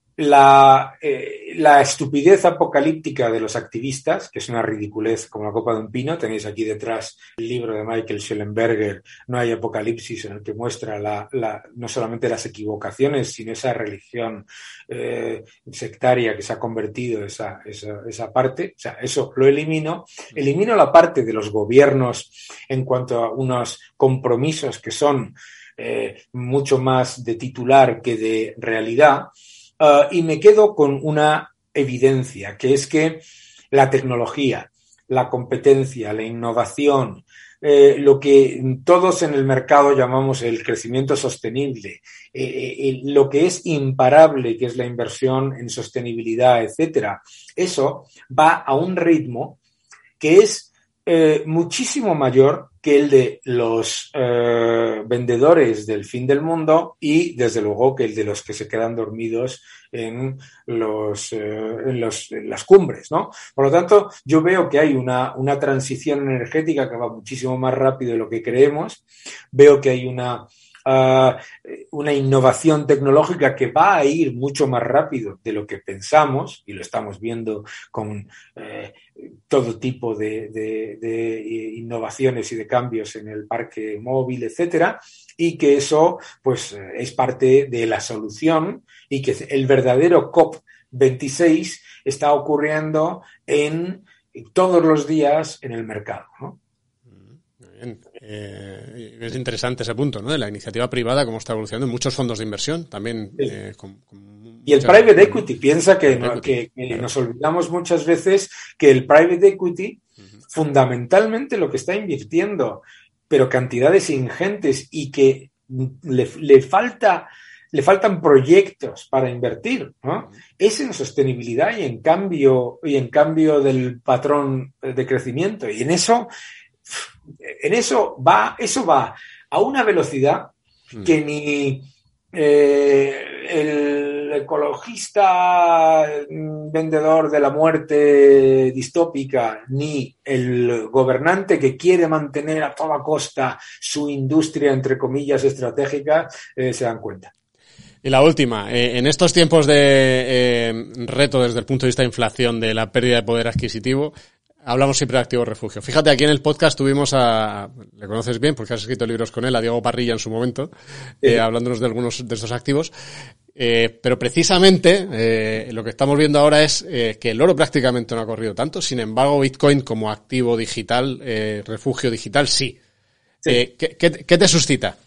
[SPEAKER 5] la, eh, la estupidez apocalíptica de los activistas, que es una ridiculez como la copa de un pino. Tenéis aquí detrás el libro de Michael Schellenberger, No hay apocalipsis, en el que muestra la, la, no solamente las equivocaciones, sino esa religión eh, sectaria que se ha convertido esa, esa, esa parte. O sea, eso lo elimino. Elimino la parte de los gobiernos en cuanto a unos compromisos que son eh, mucho más de titular que de realidad, uh, y me quedo con una evidencia, que es que la tecnología, la competencia, la innovación, eh, lo que todos en el mercado llamamos el crecimiento sostenible, eh, eh, lo que es imparable, que es la inversión en sostenibilidad, etcétera, eso va a un ritmo que es eh, muchísimo mayor que el de los eh, vendedores del fin del mundo y, desde luego, que el de los que se quedan dormidos en, los, eh, en, los, en las cumbres, ¿no? Por lo tanto, yo veo que hay una, una transición energética que va muchísimo más rápido de lo que creemos. Veo que hay una, uh, una innovación tecnológica que va a ir mucho más rápido de lo que pensamos, y lo estamos viendo con eh, todo tipo de, de, de innovaciones y de cambios en el parque móvil, etcétera, y que eso pues es parte de la solución, y que el verdadero COP veintiséis está ocurriendo en todos los días en el mercado, ¿no?
[SPEAKER 2] Muy bien. Eh, es interesante ese punto, ¿no? De la iniciativa privada, cómo está evolucionando en muchos fondos de inversión, también.
[SPEAKER 5] Sí.
[SPEAKER 2] Eh, con, con
[SPEAKER 5] y el
[SPEAKER 2] mucha,
[SPEAKER 5] private equity, piensa que,
[SPEAKER 2] equity,
[SPEAKER 5] que, que
[SPEAKER 2] claro.
[SPEAKER 5] Nos olvidamos muchas veces que el private equity, uh-huh, fundamentalmente lo que está invirtiendo, pero cantidades ingentes, y que le, le falta... le faltan proyectos para invertir, ¿no? Es en sostenibilidad y en cambio, y en cambio del patrón de crecimiento. Y en eso, en eso va, eso va a una velocidad que ni eh, el ecologista vendedor de la muerte distópica, ni el gobernante que quiere mantener a toda costa su industria, entre comillas, estratégica, eh, se dan cuenta.
[SPEAKER 2] Y la última, eh, en estos tiempos de eh, reto desde el punto de vista de inflación, de la pérdida de poder adquisitivo, hablamos siempre de activo refugio. Fíjate, aquí en el podcast tuvimos a, le conoces bien porque has escrito libros con él, a Diego Parrilla en su momento, eh, sí. hablándonos de algunos de estos activos. Eh, pero precisamente eh, lo que estamos viendo ahora es eh, que el oro prácticamente no ha corrido tanto, sin embargo Bitcoin como activo digital, eh, refugio digital, sí. sí. Eh, ¿qué, qué, ¿Qué te suscita?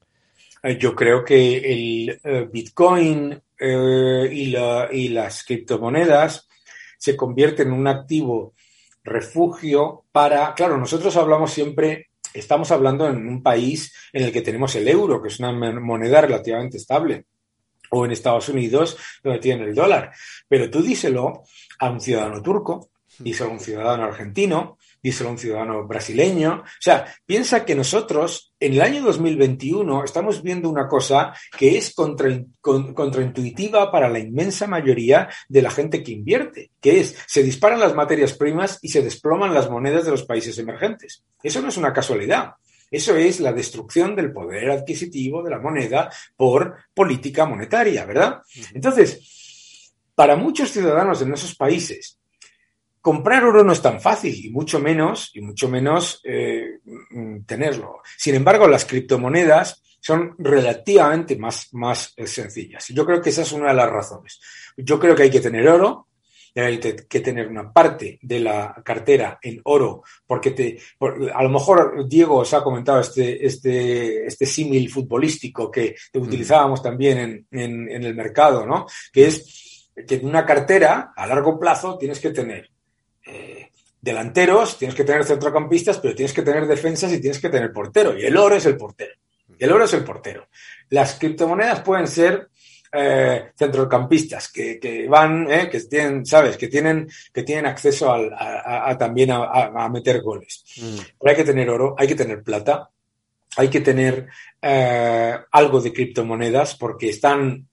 [SPEAKER 5] Yo creo que el uh, Bitcoin uh, y, la, y las criptomonedas se convierten en un activo refugio para... Claro, nosotros hablamos siempre, estamos hablando en un país en el que tenemos el euro, que es una moneda relativamente estable, o en Estados Unidos, donde tienen el dólar. Pero tú díselo a un ciudadano turco, díselo a un ciudadano argentino, díselo a un ciudadano brasileño. O sea, piensa que nosotros, en el año dos mil veintiuno, estamos viendo una cosa que es contra, con, contraintuitiva para la inmensa mayoría de la gente que invierte, que es, se disparan las materias primas y se desploman las monedas de los países emergentes. Eso no es una casualidad. Eso es la destrucción del poder adquisitivo de la moneda por política monetaria, ¿verdad? Entonces, para muchos ciudadanos en esos países, comprar oro no es tan fácil, y mucho menos, y mucho menos eh, tenerlo. Sin embargo, las criptomonedas son relativamente más, más sencillas. Yo creo que esa es una de las razones. Yo creo que hay que tener oro, hay que tener una parte de la cartera en oro, porque te, por, a lo mejor Diego os ha comentado este, este, este símil futbolístico que utilizábamos también en, en, en el mercado, ¿no? Que es que en una cartera a largo plazo tienes que tener Eh, delanteros, tienes que tener centrocampistas, pero tienes que tener defensas y tienes que tener portero, y el oro es el portero. El oro es el portero. Las criptomonedas pueden ser eh, centrocampistas que, que van, eh, que tienen, sabes, que tienen, que tienen acceso al, a, a, a también a, a, a meter goles. Mm. Pero hay que tener oro, hay que tener plata, hay que tener eh, algo de criptomonedas, porque están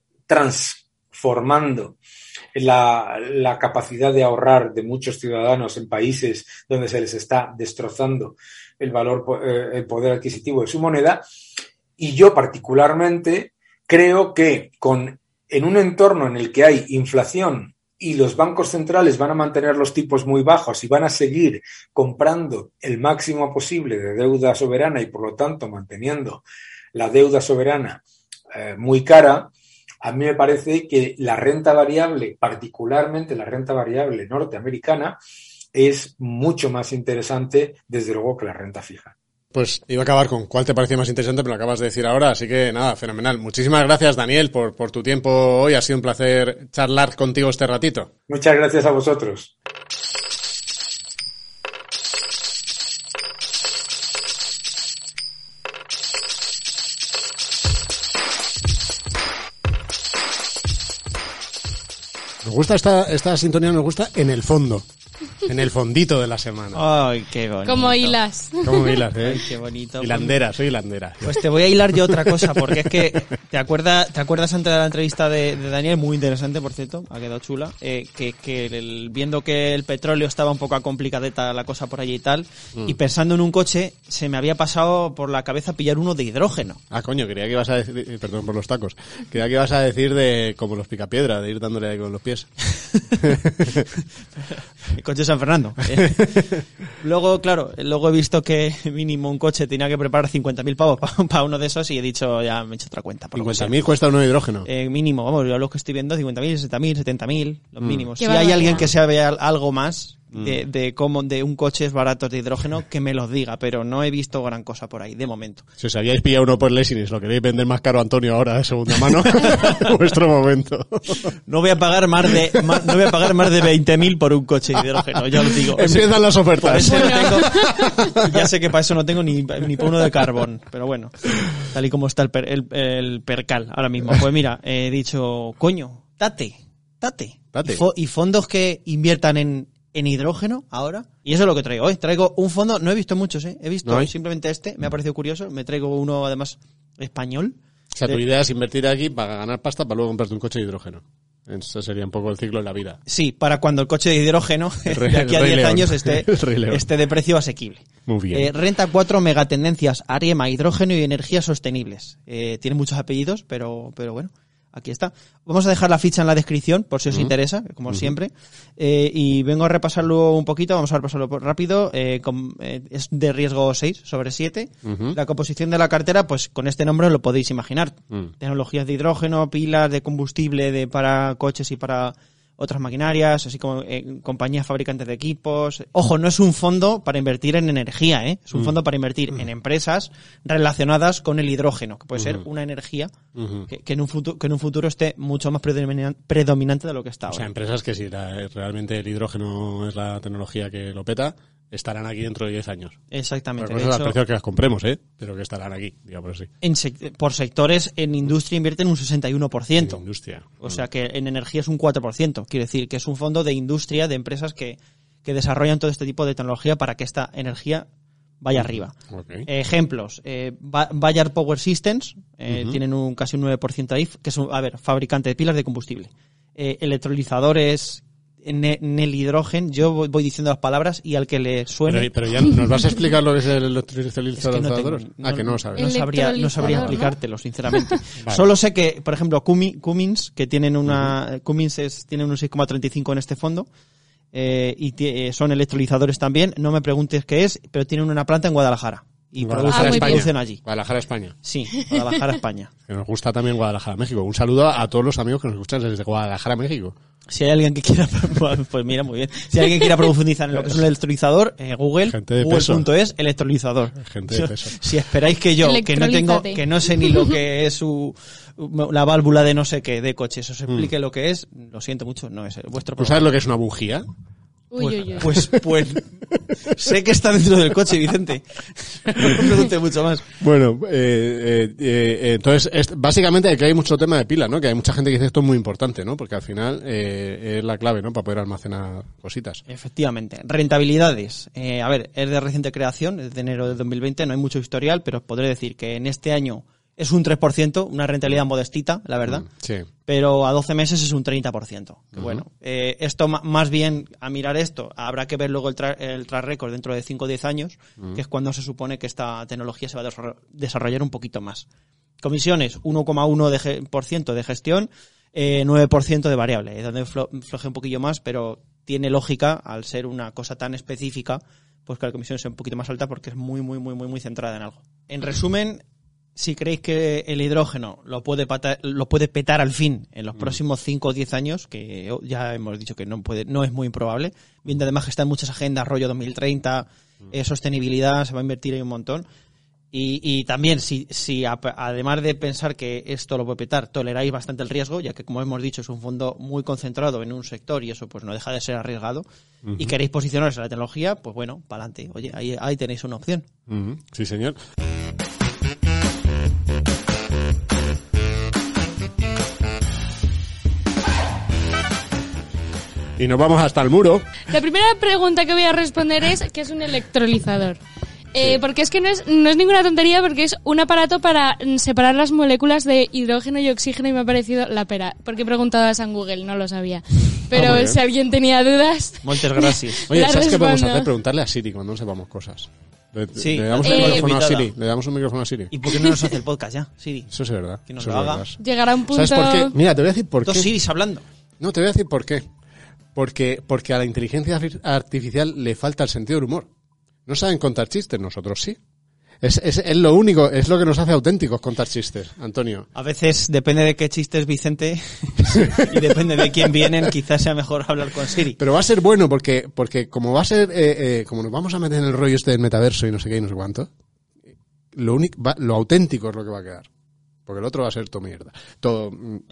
[SPEAKER 5] transformando La, la capacidad de ahorrar de muchos ciudadanos en países donde se les está destrozando el valor, eh, el poder adquisitivo de su moneda. Y yo particularmente creo que con, en un entorno en el que hay inflación y los bancos centrales van a mantener los tipos muy bajos y van a seguir comprando el máximo posible de deuda soberana y, por lo tanto, manteniendo la deuda soberana eh, muy cara, a mí me parece que la renta variable, particularmente la renta variable norteamericana, es mucho más interesante, desde luego, que la renta fija.
[SPEAKER 2] Pues iba a acabar con cuál te parecía más interesante, pero lo acabas de decir ahora, así que nada, fenomenal. Muchísimas gracias, Daniel, por, por tu tiempo hoy. Ha sido un placer charlar contigo este ratito.
[SPEAKER 5] Muchas gracias a vosotros.
[SPEAKER 2] Nos gusta esta, esta sintonía, nos gusta en el fondo, en el fondito de la semana.
[SPEAKER 3] Ay, qué bonito.
[SPEAKER 4] Como hilas.
[SPEAKER 2] Como hilas, ¿eh?
[SPEAKER 3] Ay, qué bonito.
[SPEAKER 2] Hilandera, soy hilandera.
[SPEAKER 3] Pues te voy a hilar yo otra cosa, porque es que te acuerdas, te acuerdas antes de la entrevista de, de Daniel, muy interesante, por cierto, ha quedado chula, eh, que, que el, viendo que el petróleo estaba un poco complicadeta la cosa por allí y tal, mm. y pensando en un coche, se me había pasado por la cabeza pillar uno de hidrógeno.
[SPEAKER 2] Ah, coño, creía que ibas a decir, perdón por los tacos, creía que ibas a decir de como los picapiedra, de ir dándole ahí con los pies.
[SPEAKER 3] El coche de San Fernando. ¿eh? Luego, claro, luego he visto que mínimo un coche tenía que preparar cincuenta mil pavos para pa uno de esos y he dicho, ya me he hecho otra cuenta.
[SPEAKER 2] cincuenta mil cuesta uno de hidrógeno.
[SPEAKER 3] Eh, mínimo, vamos, yo lo que estoy viendo, cincuenta mil, sesenta mil, setenta mil, los mm. mínimos.
[SPEAKER 4] Qué
[SPEAKER 3] si
[SPEAKER 4] barbaridad.
[SPEAKER 3] hay alguien que sabe algo más de, de cómo de un coche es barato de hidrógeno, que me los diga, pero no he visto gran cosa por ahí, de momento.
[SPEAKER 2] Si os habíais pillado uno por Lessing y lo queréis vender más caro a Antonio ahora de segunda mano, vuestro momento.
[SPEAKER 3] No voy a pagar más de más, no voy a pagar más de veinte mil por un coche de hidrógeno, ya os digo.
[SPEAKER 2] Empiezan las ofertas.
[SPEAKER 3] Bueno. No tengo, ya sé que para eso no tengo ni, ni para uno de carbón, pero bueno, tal y como está el, per, el, el percal ahora mismo. Pues mira, he dicho, coño, date, date.
[SPEAKER 2] date.
[SPEAKER 3] Y, fo, y fondos que inviertan en en hidrógeno ahora, y eso es lo que traigo hoy. Traigo un fondo, no he visto muchos, ¿eh? He visto ¿No simplemente este, me ha parecido curioso, me traigo uno además español.
[SPEAKER 2] O sea, tu idea es invertir aquí para ganar pasta para luego comprarte un coche de hidrógeno. Eso sería un poco el ciclo de la vida.
[SPEAKER 3] Sí, para cuando el coche de hidrógeno
[SPEAKER 2] rey,
[SPEAKER 3] de aquí a diez años esté, esté de precio asequible.
[SPEAKER 2] Muy bien.
[SPEAKER 3] Eh, renta cuatro megatendencias, Arema, hidrógeno y energías sostenibles. Eh, tiene muchos apellidos, pero, pero bueno. Aquí está. Vamos a dejar la ficha en la descripción, por si os uh-huh. interesa, como uh-huh. siempre. Eh, y vengo a repasarlo un poquito, vamos a repasarlo rápido. Eh, con, eh, es de riesgo seis sobre siete. Uh-huh. La composición de la cartera, pues con este nombre lo podéis imaginar. Uh-huh. Tecnologías de hidrógeno, pilas de combustible de para coches y para otras maquinarias, así como eh, compañías fabricantes de equipos. Ojo, no es un fondo para invertir en energía, ¿eh? Es un uh-huh. fondo para invertir uh-huh. en empresas relacionadas con el hidrógeno, que puede uh-huh. ser una energía uh-huh. que, que, en un futuro, que en un futuro esté mucho más predominante, predominante de lo que está ahora.
[SPEAKER 2] O sea, empresas que si la, realmente el hidrógeno es la tecnología que lo peta, estarán aquí dentro de diez años.
[SPEAKER 3] Exactamente.
[SPEAKER 2] Por eso, al precio que las compremos, ¿eh? Pero que estarán aquí, digamos así.
[SPEAKER 3] En sec- por sectores, en industria invierten un sesenta y uno por ciento.
[SPEAKER 2] En industria.
[SPEAKER 3] O sea que en energía es un cuatro por ciento. Quiere decir que es un fondo de industria, de empresas que, que desarrollan todo este tipo de tecnología para que esta energía vaya arriba.
[SPEAKER 2] Okay.
[SPEAKER 3] Eh, ejemplos, eh, Bayard Power Systems, eh, uh-huh. tienen un casi un nueve por ciento ahí, que es un, a ver, fabricante de pilas de combustible. Eh, electrolizadores en, en el hidrógeno, yo voy, voy diciendo las palabras y al que le suene...
[SPEAKER 2] Pero, pero ya nos vas a explicar lo que es el electrolizador.
[SPEAKER 3] Es que no tengo,
[SPEAKER 2] ah, que no lo sabes.
[SPEAKER 3] No sabría, no sabría explicártelo, sinceramente.
[SPEAKER 2] Vale.
[SPEAKER 3] Solo sé que, por ejemplo, Cummins, que tienen una... Uh-huh. Cummins es, tienen un seis coma treinta y cinco en este fondo, eh, y t- son electrolizadores también. No me preguntes qué es, pero tienen una planta en Guadalajara. Y
[SPEAKER 2] Guadalajara,
[SPEAKER 3] producen,
[SPEAKER 2] España.
[SPEAKER 3] producen allí.
[SPEAKER 2] Guadalajara, España.
[SPEAKER 3] Sí, Guadalajara, España.
[SPEAKER 2] Que nos gusta también Guadalajara, México. Un saludo a todos los amigos que nos escuchan desde Guadalajara, México.
[SPEAKER 3] Si hay alguien que quiera, pues mira, muy bien. Si hay alguien que quiera profundizar en lo que es un electrolizador, eh, Google, google punto es electrolizador.
[SPEAKER 2] Gente de peso.
[SPEAKER 3] Si esperáis que yo, que no tengo, que no sé ni lo que es su, la válvula de no sé qué, de coches, os explique mm. lo que es, lo siento mucho, no es vuestro problema.
[SPEAKER 2] ¿Tú sabes lo que es una bujía?
[SPEAKER 3] Pues,
[SPEAKER 4] uy, uy, uy.
[SPEAKER 3] pues, pues, sé que está dentro del coche, Vicente. No me pregunte mucho más.
[SPEAKER 2] Bueno, eh, eh, eh, entonces, es, básicamente que hay mucho tema de pila, ¿no? Que hay mucha gente que dice esto es muy importante, ¿no? Porque al final eh, es la clave, ¿no? Para poder almacenar cositas.
[SPEAKER 3] Efectivamente. Rentabilidades. Eh, a ver, es de reciente creación, es de enero de dos mil veinte, no hay mucho historial, pero os podré decir que en este año es un tres por ciento, una rentabilidad modestita, la verdad.
[SPEAKER 2] Mm, sí.
[SPEAKER 3] Pero a doce meses es un treinta por ciento. Que
[SPEAKER 2] uh-huh.
[SPEAKER 3] bueno, eh, esto más bien, a mirar esto, habrá que ver luego el, tra- el track record dentro de cinco o diez años, uh-huh. que es cuando se supone que esta tecnología se va a desarrollar un poquito más. Comisiones, uno coma uno por ciento de gestión, eh, nueve por ciento de variable. Es donde flo- floje un poquillo más, pero tiene lógica, al ser una cosa tan específica, pues que la comisión sea un poquito más alta porque es muy, muy, muy, muy, muy centrada en algo. En resumen, si creéis que el hidrógeno lo puede patar, lo puede petar al fin en los mm. próximos cinco o diez años, que ya hemos dicho que no puede, no es muy improbable, viendo además que está en muchas agendas, rollo dos mil treinta, mm. eh, sostenibilidad, se va a invertir ahí un montón. Y, y también, si, si a, además de pensar que esto lo puede petar, toleráis bastante el riesgo, ya que, como hemos dicho, es un fondo muy concentrado en un sector y eso pues no deja de ser arriesgado, uh-huh. y queréis posicionaros en la tecnología, pues bueno, para adelante. Oye, ahí, ahí tenéis una opción.
[SPEAKER 2] Uh-huh. Sí, señor. Y nos vamos hasta el muro.
[SPEAKER 4] La primera pregunta que voy a responder es ¿qué es un electrolizador? Eh, sí. Porque es que no es, no es ninguna tontería, porque es un aparato para separar las moléculas de hidrógeno y oxígeno, y me ha parecido la pera. Porque he preguntado a San Google, no lo sabía. Pero ah, si alguien tenía dudas...
[SPEAKER 3] Muchas gracias.
[SPEAKER 2] Oye, ¿sabes qué podemos hacer? Preguntarle a Siri cuando no sepamos cosas. Le,
[SPEAKER 3] sí.
[SPEAKER 2] le damos un eh, micrófono a Siri. Le damos un micrófono a Siri.
[SPEAKER 3] ¿Y por qué no nos hace el podcast ya, Siri?
[SPEAKER 2] Eso es verdad.
[SPEAKER 3] Que nos lo haga.
[SPEAKER 4] Llegará un punto...
[SPEAKER 2] ¿Sabes por qué? Mira, te voy a decir por qué.
[SPEAKER 3] Dos Siris hablando.
[SPEAKER 2] No, te voy a decir por qué. Porque, porque a la inteligencia artificial le falta el sentido del humor. No saben contar chistes, nosotros sí. Es, es, es lo único, es lo que nos hace auténticos contar chistes, Antonio.
[SPEAKER 3] A veces depende de qué chistes, Vicente, y depende de quién vienen, quizás sea mejor hablar con Siri.
[SPEAKER 2] Pero va a ser bueno porque, porque como va a ser, eh, eh, como nos vamos a meter en el rollo este del metaverso y no sé qué y no sé cuánto, lo único, va, lo auténtico es lo que va a quedar. Porque el otro va a ser todo mierda. Todo.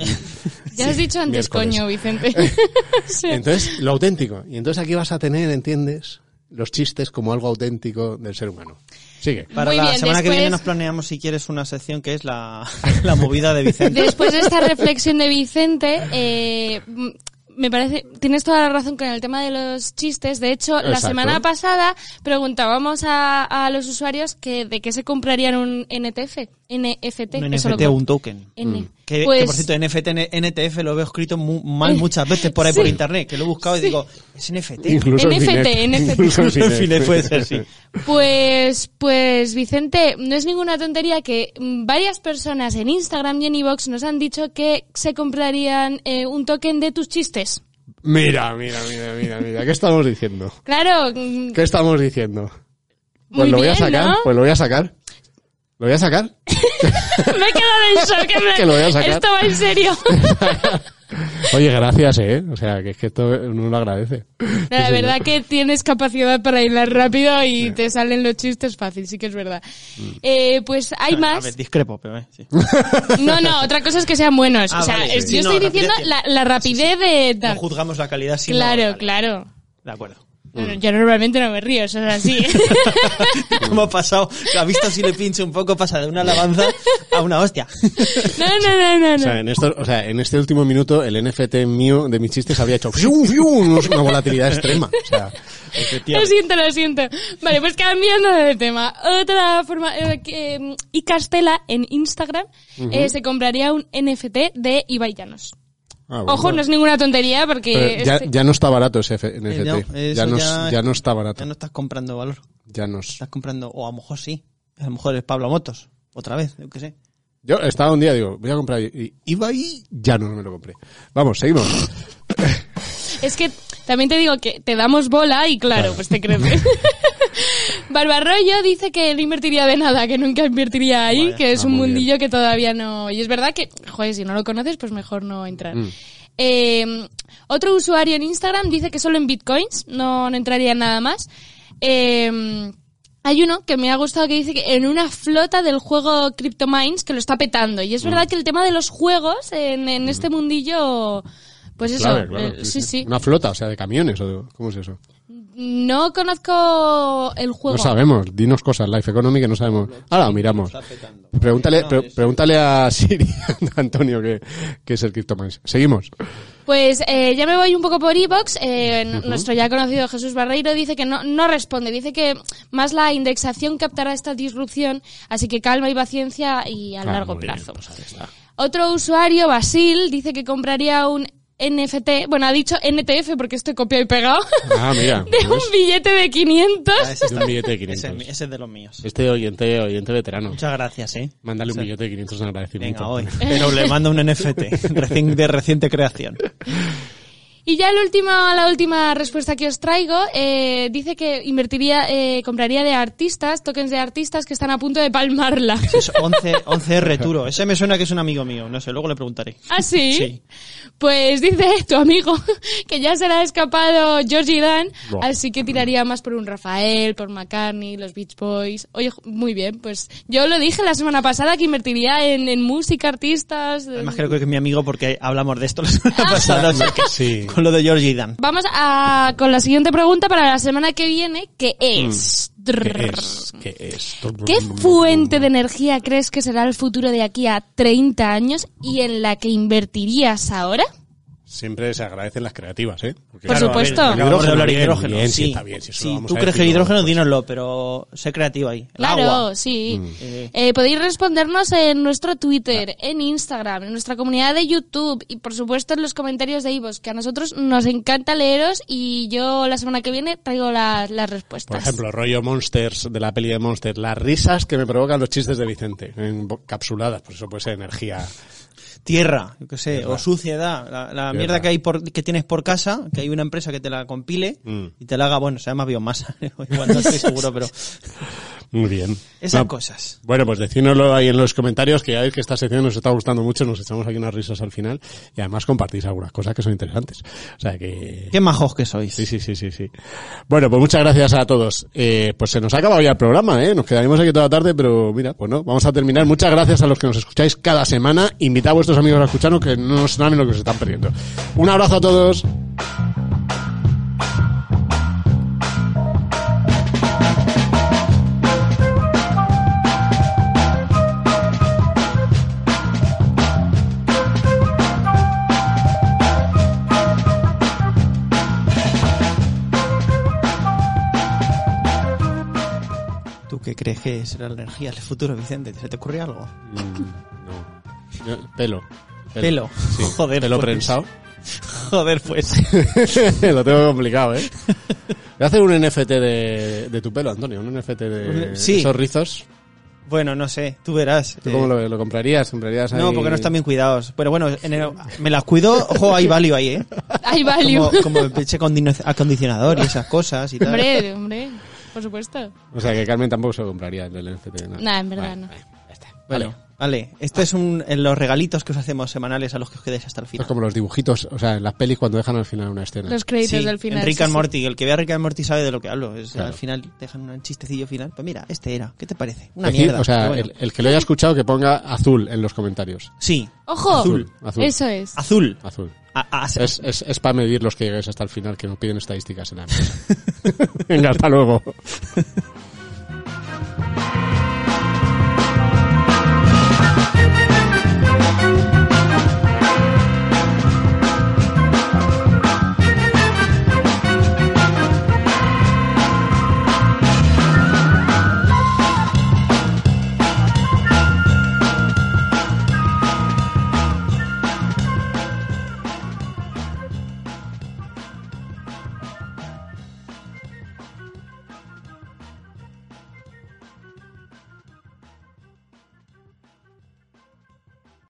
[SPEAKER 4] Ya has dicho antes, miércoles. Coño, Vicente.
[SPEAKER 2] Sí. Entonces, lo auténtico. Y entonces aquí vas a tener, ¿entiendes? Los chistes como algo auténtico del ser humano. Sigue.
[SPEAKER 3] Para
[SPEAKER 4] Muy
[SPEAKER 3] la
[SPEAKER 4] bien,
[SPEAKER 3] semana
[SPEAKER 4] después...
[SPEAKER 3] que viene nos planeamos, si quieres, una sección que es la, la movida de Vicente.
[SPEAKER 4] Después de esta reflexión de Vicente, eh, me parece, tienes toda la razón con el tema de los chistes. De hecho, Exacto. la semana pasada preguntábamos a, a los usuarios que de qué se comprarían un N T F. N F T.
[SPEAKER 3] Un N F T o un token.
[SPEAKER 4] N.
[SPEAKER 3] Mm. Que,
[SPEAKER 4] pues...
[SPEAKER 3] que, por cierto, N F T, N T F lo veo escrito mu- mal muchas veces por ahí sí. por internet, que lo he buscado y sí. digo, es N F T.
[SPEAKER 2] Incluso
[SPEAKER 4] N F T, N F T.
[SPEAKER 3] Incluso el Finet puede ser, sí.
[SPEAKER 4] Pues, pues, Vicente, no es ninguna tontería que varias personas en Instagram y en iVoox nos han dicho que se comprarían eh, un token de tus chistes.
[SPEAKER 2] Mira, mira, mira, mira, mira, ¿qué estamos diciendo?
[SPEAKER 4] Claro.
[SPEAKER 2] ¿Qué estamos diciendo? Pues
[SPEAKER 4] Muy
[SPEAKER 2] lo voy
[SPEAKER 4] bien,
[SPEAKER 2] a sacar,
[SPEAKER 4] ¿no?
[SPEAKER 2] pues lo voy a sacar. ¿Lo voy a sacar?
[SPEAKER 4] Me he quedado en shock. Que, me...
[SPEAKER 2] que lo voy a sacar.
[SPEAKER 4] Esto va en serio.
[SPEAKER 2] Oye, gracias, ¿eh? O sea, que es que esto uno lo agradece.
[SPEAKER 4] La
[SPEAKER 2] sí,
[SPEAKER 4] verdad
[SPEAKER 2] sí,
[SPEAKER 4] que tienes capacidad para hilar rápido y sí. te salen los chistes fácil, sí que es verdad. Mm. Eh, pues hay más...
[SPEAKER 3] A ver, discrepo, pero eh, sí.
[SPEAKER 4] No, no, otra cosa es que sean buenos.
[SPEAKER 3] Ah,
[SPEAKER 4] o sea,
[SPEAKER 3] vale,
[SPEAKER 4] es,
[SPEAKER 3] sí.
[SPEAKER 4] yo
[SPEAKER 3] Sí,
[SPEAKER 4] estoy
[SPEAKER 3] no,
[SPEAKER 4] diciendo
[SPEAKER 3] rapidez,
[SPEAKER 4] la, la rapidez
[SPEAKER 3] sí, sí.
[SPEAKER 4] de...
[SPEAKER 3] No juzgamos la calidad, sino...
[SPEAKER 4] Claro,
[SPEAKER 3] vale.
[SPEAKER 4] claro.
[SPEAKER 3] De acuerdo.
[SPEAKER 4] Bueno, yo normalmente no me río, eso es así.
[SPEAKER 3] ¿Cómo ha pasado? ¿Ha visto si le pincho un poco? Pasa de una alabanza a una hostia.
[SPEAKER 4] No, no, no, no.
[SPEAKER 2] O sea, en esto, o sea, en este último minuto el N F T mío de mis chistes habría hecho ¡fium, fium! Una volatilidad extrema. O sea,
[SPEAKER 4] lo siento, lo siento. Vale, pues cambiando de tema. Otra forma... Eh, que, y Castela en Instagram uh-huh. eh, se compraría un N F T de Ibai Llanos. Ah, bueno. Ojo, no es ninguna tontería porque...
[SPEAKER 2] Ya,
[SPEAKER 4] este...
[SPEAKER 2] ya no está barato ese N F T.
[SPEAKER 3] No,
[SPEAKER 2] ya, no,
[SPEAKER 3] ya,
[SPEAKER 2] ya no está barato.
[SPEAKER 3] Ya no estás comprando valor.
[SPEAKER 2] Ya no.
[SPEAKER 3] Estás comprando... O a lo mejor sí. A lo mejor es Pablo Motos. Otra vez, yo qué sé.
[SPEAKER 2] Yo estaba un día, digo, voy a comprar... Y iba y ya no me lo compré. Vamos, seguimos.
[SPEAKER 4] Es que también te digo que te damos bola y claro, claro. pues te creces. Barbarroyo dice que no invertiría de nada, que nunca invertiría ahí, Vaya, que es ah, un mundillo bien. que todavía no... Y es verdad que, joder, si no lo conoces, pues mejor no entrar. Mm. Eh, otro usuario en Instagram dice que solo en bitcoins, no, no entraría en nada más. Eh, hay uno que me ha gustado que dice que en una flota del juego CryptoMines que lo está petando. Y es verdad mm. que el tema de los juegos en, en mm. este mundillo... Pues eso,
[SPEAKER 2] claro, claro,
[SPEAKER 4] eh, sí, sí.
[SPEAKER 2] Una flota, o sea, de camiones, o ¿cómo es eso?
[SPEAKER 4] No conozco el juego.
[SPEAKER 2] No sabemos, dinos cosas, Life Economy, que no sabemos. Ahora lo miramos. Pregúntale, pre- pregúntale a Siri, a Antonio, que, que es el CryptoMines. Seguimos.
[SPEAKER 4] Pues eh, ya me voy un poco por iVoox. Eh, uh-huh. Nuestro ya conocido Jesús Barreiro dice que no, no responde. Dice que más la indexación captará esta disrupción, así que calma y paciencia y a ah, largo plazo. Bien, pues otro usuario, Basil, dice que compraría un N F T, bueno, ha dicho N T F porque estoy copiado y pegado.
[SPEAKER 2] Ah, mira.
[SPEAKER 4] De un billete de quinientos.
[SPEAKER 3] Ah, ese,
[SPEAKER 2] de un billete de quinientos.
[SPEAKER 3] Ese, ese es de los míos.
[SPEAKER 2] Este oyente, oyente veterano.
[SPEAKER 3] Muchas gracias, ¿eh?
[SPEAKER 2] Mándale un sí. billete de quinientos en agradecimiento.
[SPEAKER 3] Venga, hoy. Pero le mando un N F T, recién, de reciente creación.
[SPEAKER 4] Y ya la última, la última respuesta que os traigo, eh, dice que invertiría, eh, compraría de artistas, tokens de artistas que están a punto de palmarla.
[SPEAKER 3] Es once R Turo. Ese me suena que es un amigo mío. No sé, luego le preguntaré.
[SPEAKER 4] ¿Ah, sí?
[SPEAKER 3] Sí.
[SPEAKER 4] Pues dice tu amigo que ya se le ha escapado Georgie Dan,
[SPEAKER 2] Oh.
[SPEAKER 4] así que tiraría más por un Rafael, por McCartney, los Beach Boys. Oye, muy bien, pues yo lo dije la semana pasada que invertiría en, en música, artistas. en-
[SPEAKER 3] Además creo que es mi amigo porque hablamos de esto la semana pasada. O sea que
[SPEAKER 2] Sí.
[SPEAKER 3] con lo de Georgie Dan.
[SPEAKER 4] Vamos a con la siguiente pregunta para la semana que viene, que es...
[SPEAKER 2] ¿Qué es? ¿Qué es?
[SPEAKER 4] ¿Qué fuente de energía crees que será el futuro de aquí a treinta años y en la que invertirías ahora?
[SPEAKER 2] Siempre se agradecen las creativas, ¿eh? Porque,
[SPEAKER 4] Por supuesto.
[SPEAKER 3] A ver, acabamos de hablar de
[SPEAKER 2] bien,
[SPEAKER 3] hidrógeno.
[SPEAKER 2] bien, sí,
[SPEAKER 3] sí,
[SPEAKER 2] está bien, si eso
[SPEAKER 3] sí,
[SPEAKER 2] lo vamos
[SPEAKER 3] tú
[SPEAKER 2] a
[SPEAKER 3] crees
[SPEAKER 2] decir
[SPEAKER 3] que hidrógeno,
[SPEAKER 2] luego, pues.
[SPEAKER 3] dínoslo, pero sé creativo ahí. El
[SPEAKER 4] Claro,
[SPEAKER 3] agua.
[SPEAKER 4] sí.
[SPEAKER 2] Mm.
[SPEAKER 3] Eh,
[SPEAKER 4] Eh, podéis respondernos en nuestro Twitter, en Instagram, en nuestra comunidad de YouTube y por supuesto en los comentarios de iVoox, que a nosotros nos encanta leeros y yo la semana que viene traigo las, las respuestas.
[SPEAKER 2] Por ejemplo, rollo Monsters, de la peli de Monsters, las risas que me provocan los chistes de Vicente, encapsuladas, por eso puede ser energía.
[SPEAKER 3] Tierra, yo qué sé,
[SPEAKER 2] Tierra.
[SPEAKER 3] o suciedad, la, la
[SPEAKER 2] Tierra.
[SPEAKER 3] mierda que hay por, que tienes por casa, que hay una empresa que te la compile
[SPEAKER 2] Mm.
[SPEAKER 3] y te la haga, bueno, se llama biomasa, igual no estoy seguro, pero
[SPEAKER 2] Muy bien.
[SPEAKER 3] esas
[SPEAKER 2] No,
[SPEAKER 3] cosas.
[SPEAKER 2] Bueno, pues decídnoslo ahí en los comentarios, que ya veis que esta sección nos está gustando mucho, nos echamos aquí unas risas al final y además compartís algunas cosas que son interesantes. O sea que...
[SPEAKER 3] Qué majos que sois.
[SPEAKER 2] Sí, sí, sí, sí, sí. Bueno, pues muchas gracias a todos. Eh, pues se nos ha acabado ya el programa, ¿eh? Nos quedaremos aquí toda la tarde, pero mira, pues no, vamos a terminar. Muchas gracias a los que nos escucháis cada semana. Invitad a vuestros amigos a escucharnos, que no saben lo que se están perdiendo. Un abrazo a todos.
[SPEAKER 3] ¿Tú qué crees que será la energía del futuro, Vicente? ¿Se te ocurre algo?
[SPEAKER 2] Mm, no. Yo- Pelo.
[SPEAKER 3] Pelo.
[SPEAKER 2] Sí.
[SPEAKER 3] Joder,
[SPEAKER 2] Pelo
[SPEAKER 3] pues.
[SPEAKER 2] prensado.
[SPEAKER 3] Joder, pues.
[SPEAKER 2] Lo tengo complicado, ¿eh? Voy a hacer un N F T de, de tu pelo, Antonio. Un N F T de
[SPEAKER 3] Sí.
[SPEAKER 2] esos rizos.
[SPEAKER 3] Bueno, no sé, tú verás.
[SPEAKER 2] ¿Tú
[SPEAKER 3] Eh,
[SPEAKER 2] cómo lo, lo comprarías? ¿Comprarías ahí?
[SPEAKER 3] No, porque no están bien cuidados. Pero bueno, en el- me las cuido, ojo, hay value ahí, ¿eh?
[SPEAKER 4] Hay value.
[SPEAKER 3] Como, como el peche condino- acondicionador y esas cosas y tal.
[SPEAKER 4] Hombre, hombre, por supuesto.
[SPEAKER 2] O sea, que Carmen tampoco se lo compraría el N F T. No.
[SPEAKER 4] Nah, en verdad no.
[SPEAKER 2] Vale, ya está.
[SPEAKER 3] Bueno,
[SPEAKER 2] Vale.
[SPEAKER 3] vale. Esto es un, en los regalitos que os hacemos semanales a los que os quedéis hasta el
[SPEAKER 2] Esto
[SPEAKER 3] final.
[SPEAKER 2] es como los dibujitos, o sea, en las pelis cuando dejan al final una escena.
[SPEAKER 4] Los créditos
[SPEAKER 3] Sí,
[SPEAKER 4] del final.
[SPEAKER 3] en Rick
[SPEAKER 4] sí,
[SPEAKER 3] and
[SPEAKER 4] sí.
[SPEAKER 3] Morty, el que vea Rick and Morty sabe de lo que hablo. Es,
[SPEAKER 2] Claro.
[SPEAKER 3] Al final dejan un chistecillo final. Pues mira, este era. ¿Qué te parece? Una
[SPEAKER 2] Decir,
[SPEAKER 3] mierda.
[SPEAKER 2] o sea,
[SPEAKER 3] pero bueno.
[SPEAKER 2] el, el que lo haya escuchado que ponga azul en los comentarios.
[SPEAKER 3] Sí,
[SPEAKER 4] ¡Ojo!
[SPEAKER 2] Azul, azul.
[SPEAKER 4] Eso es.
[SPEAKER 3] azul.
[SPEAKER 2] Azul.
[SPEAKER 3] A- a-
[SPEAKER 2] Es, es, es para medir los que llegues hasta el final, que nos piden estadísticas en la empresa. Venga, hasta luego.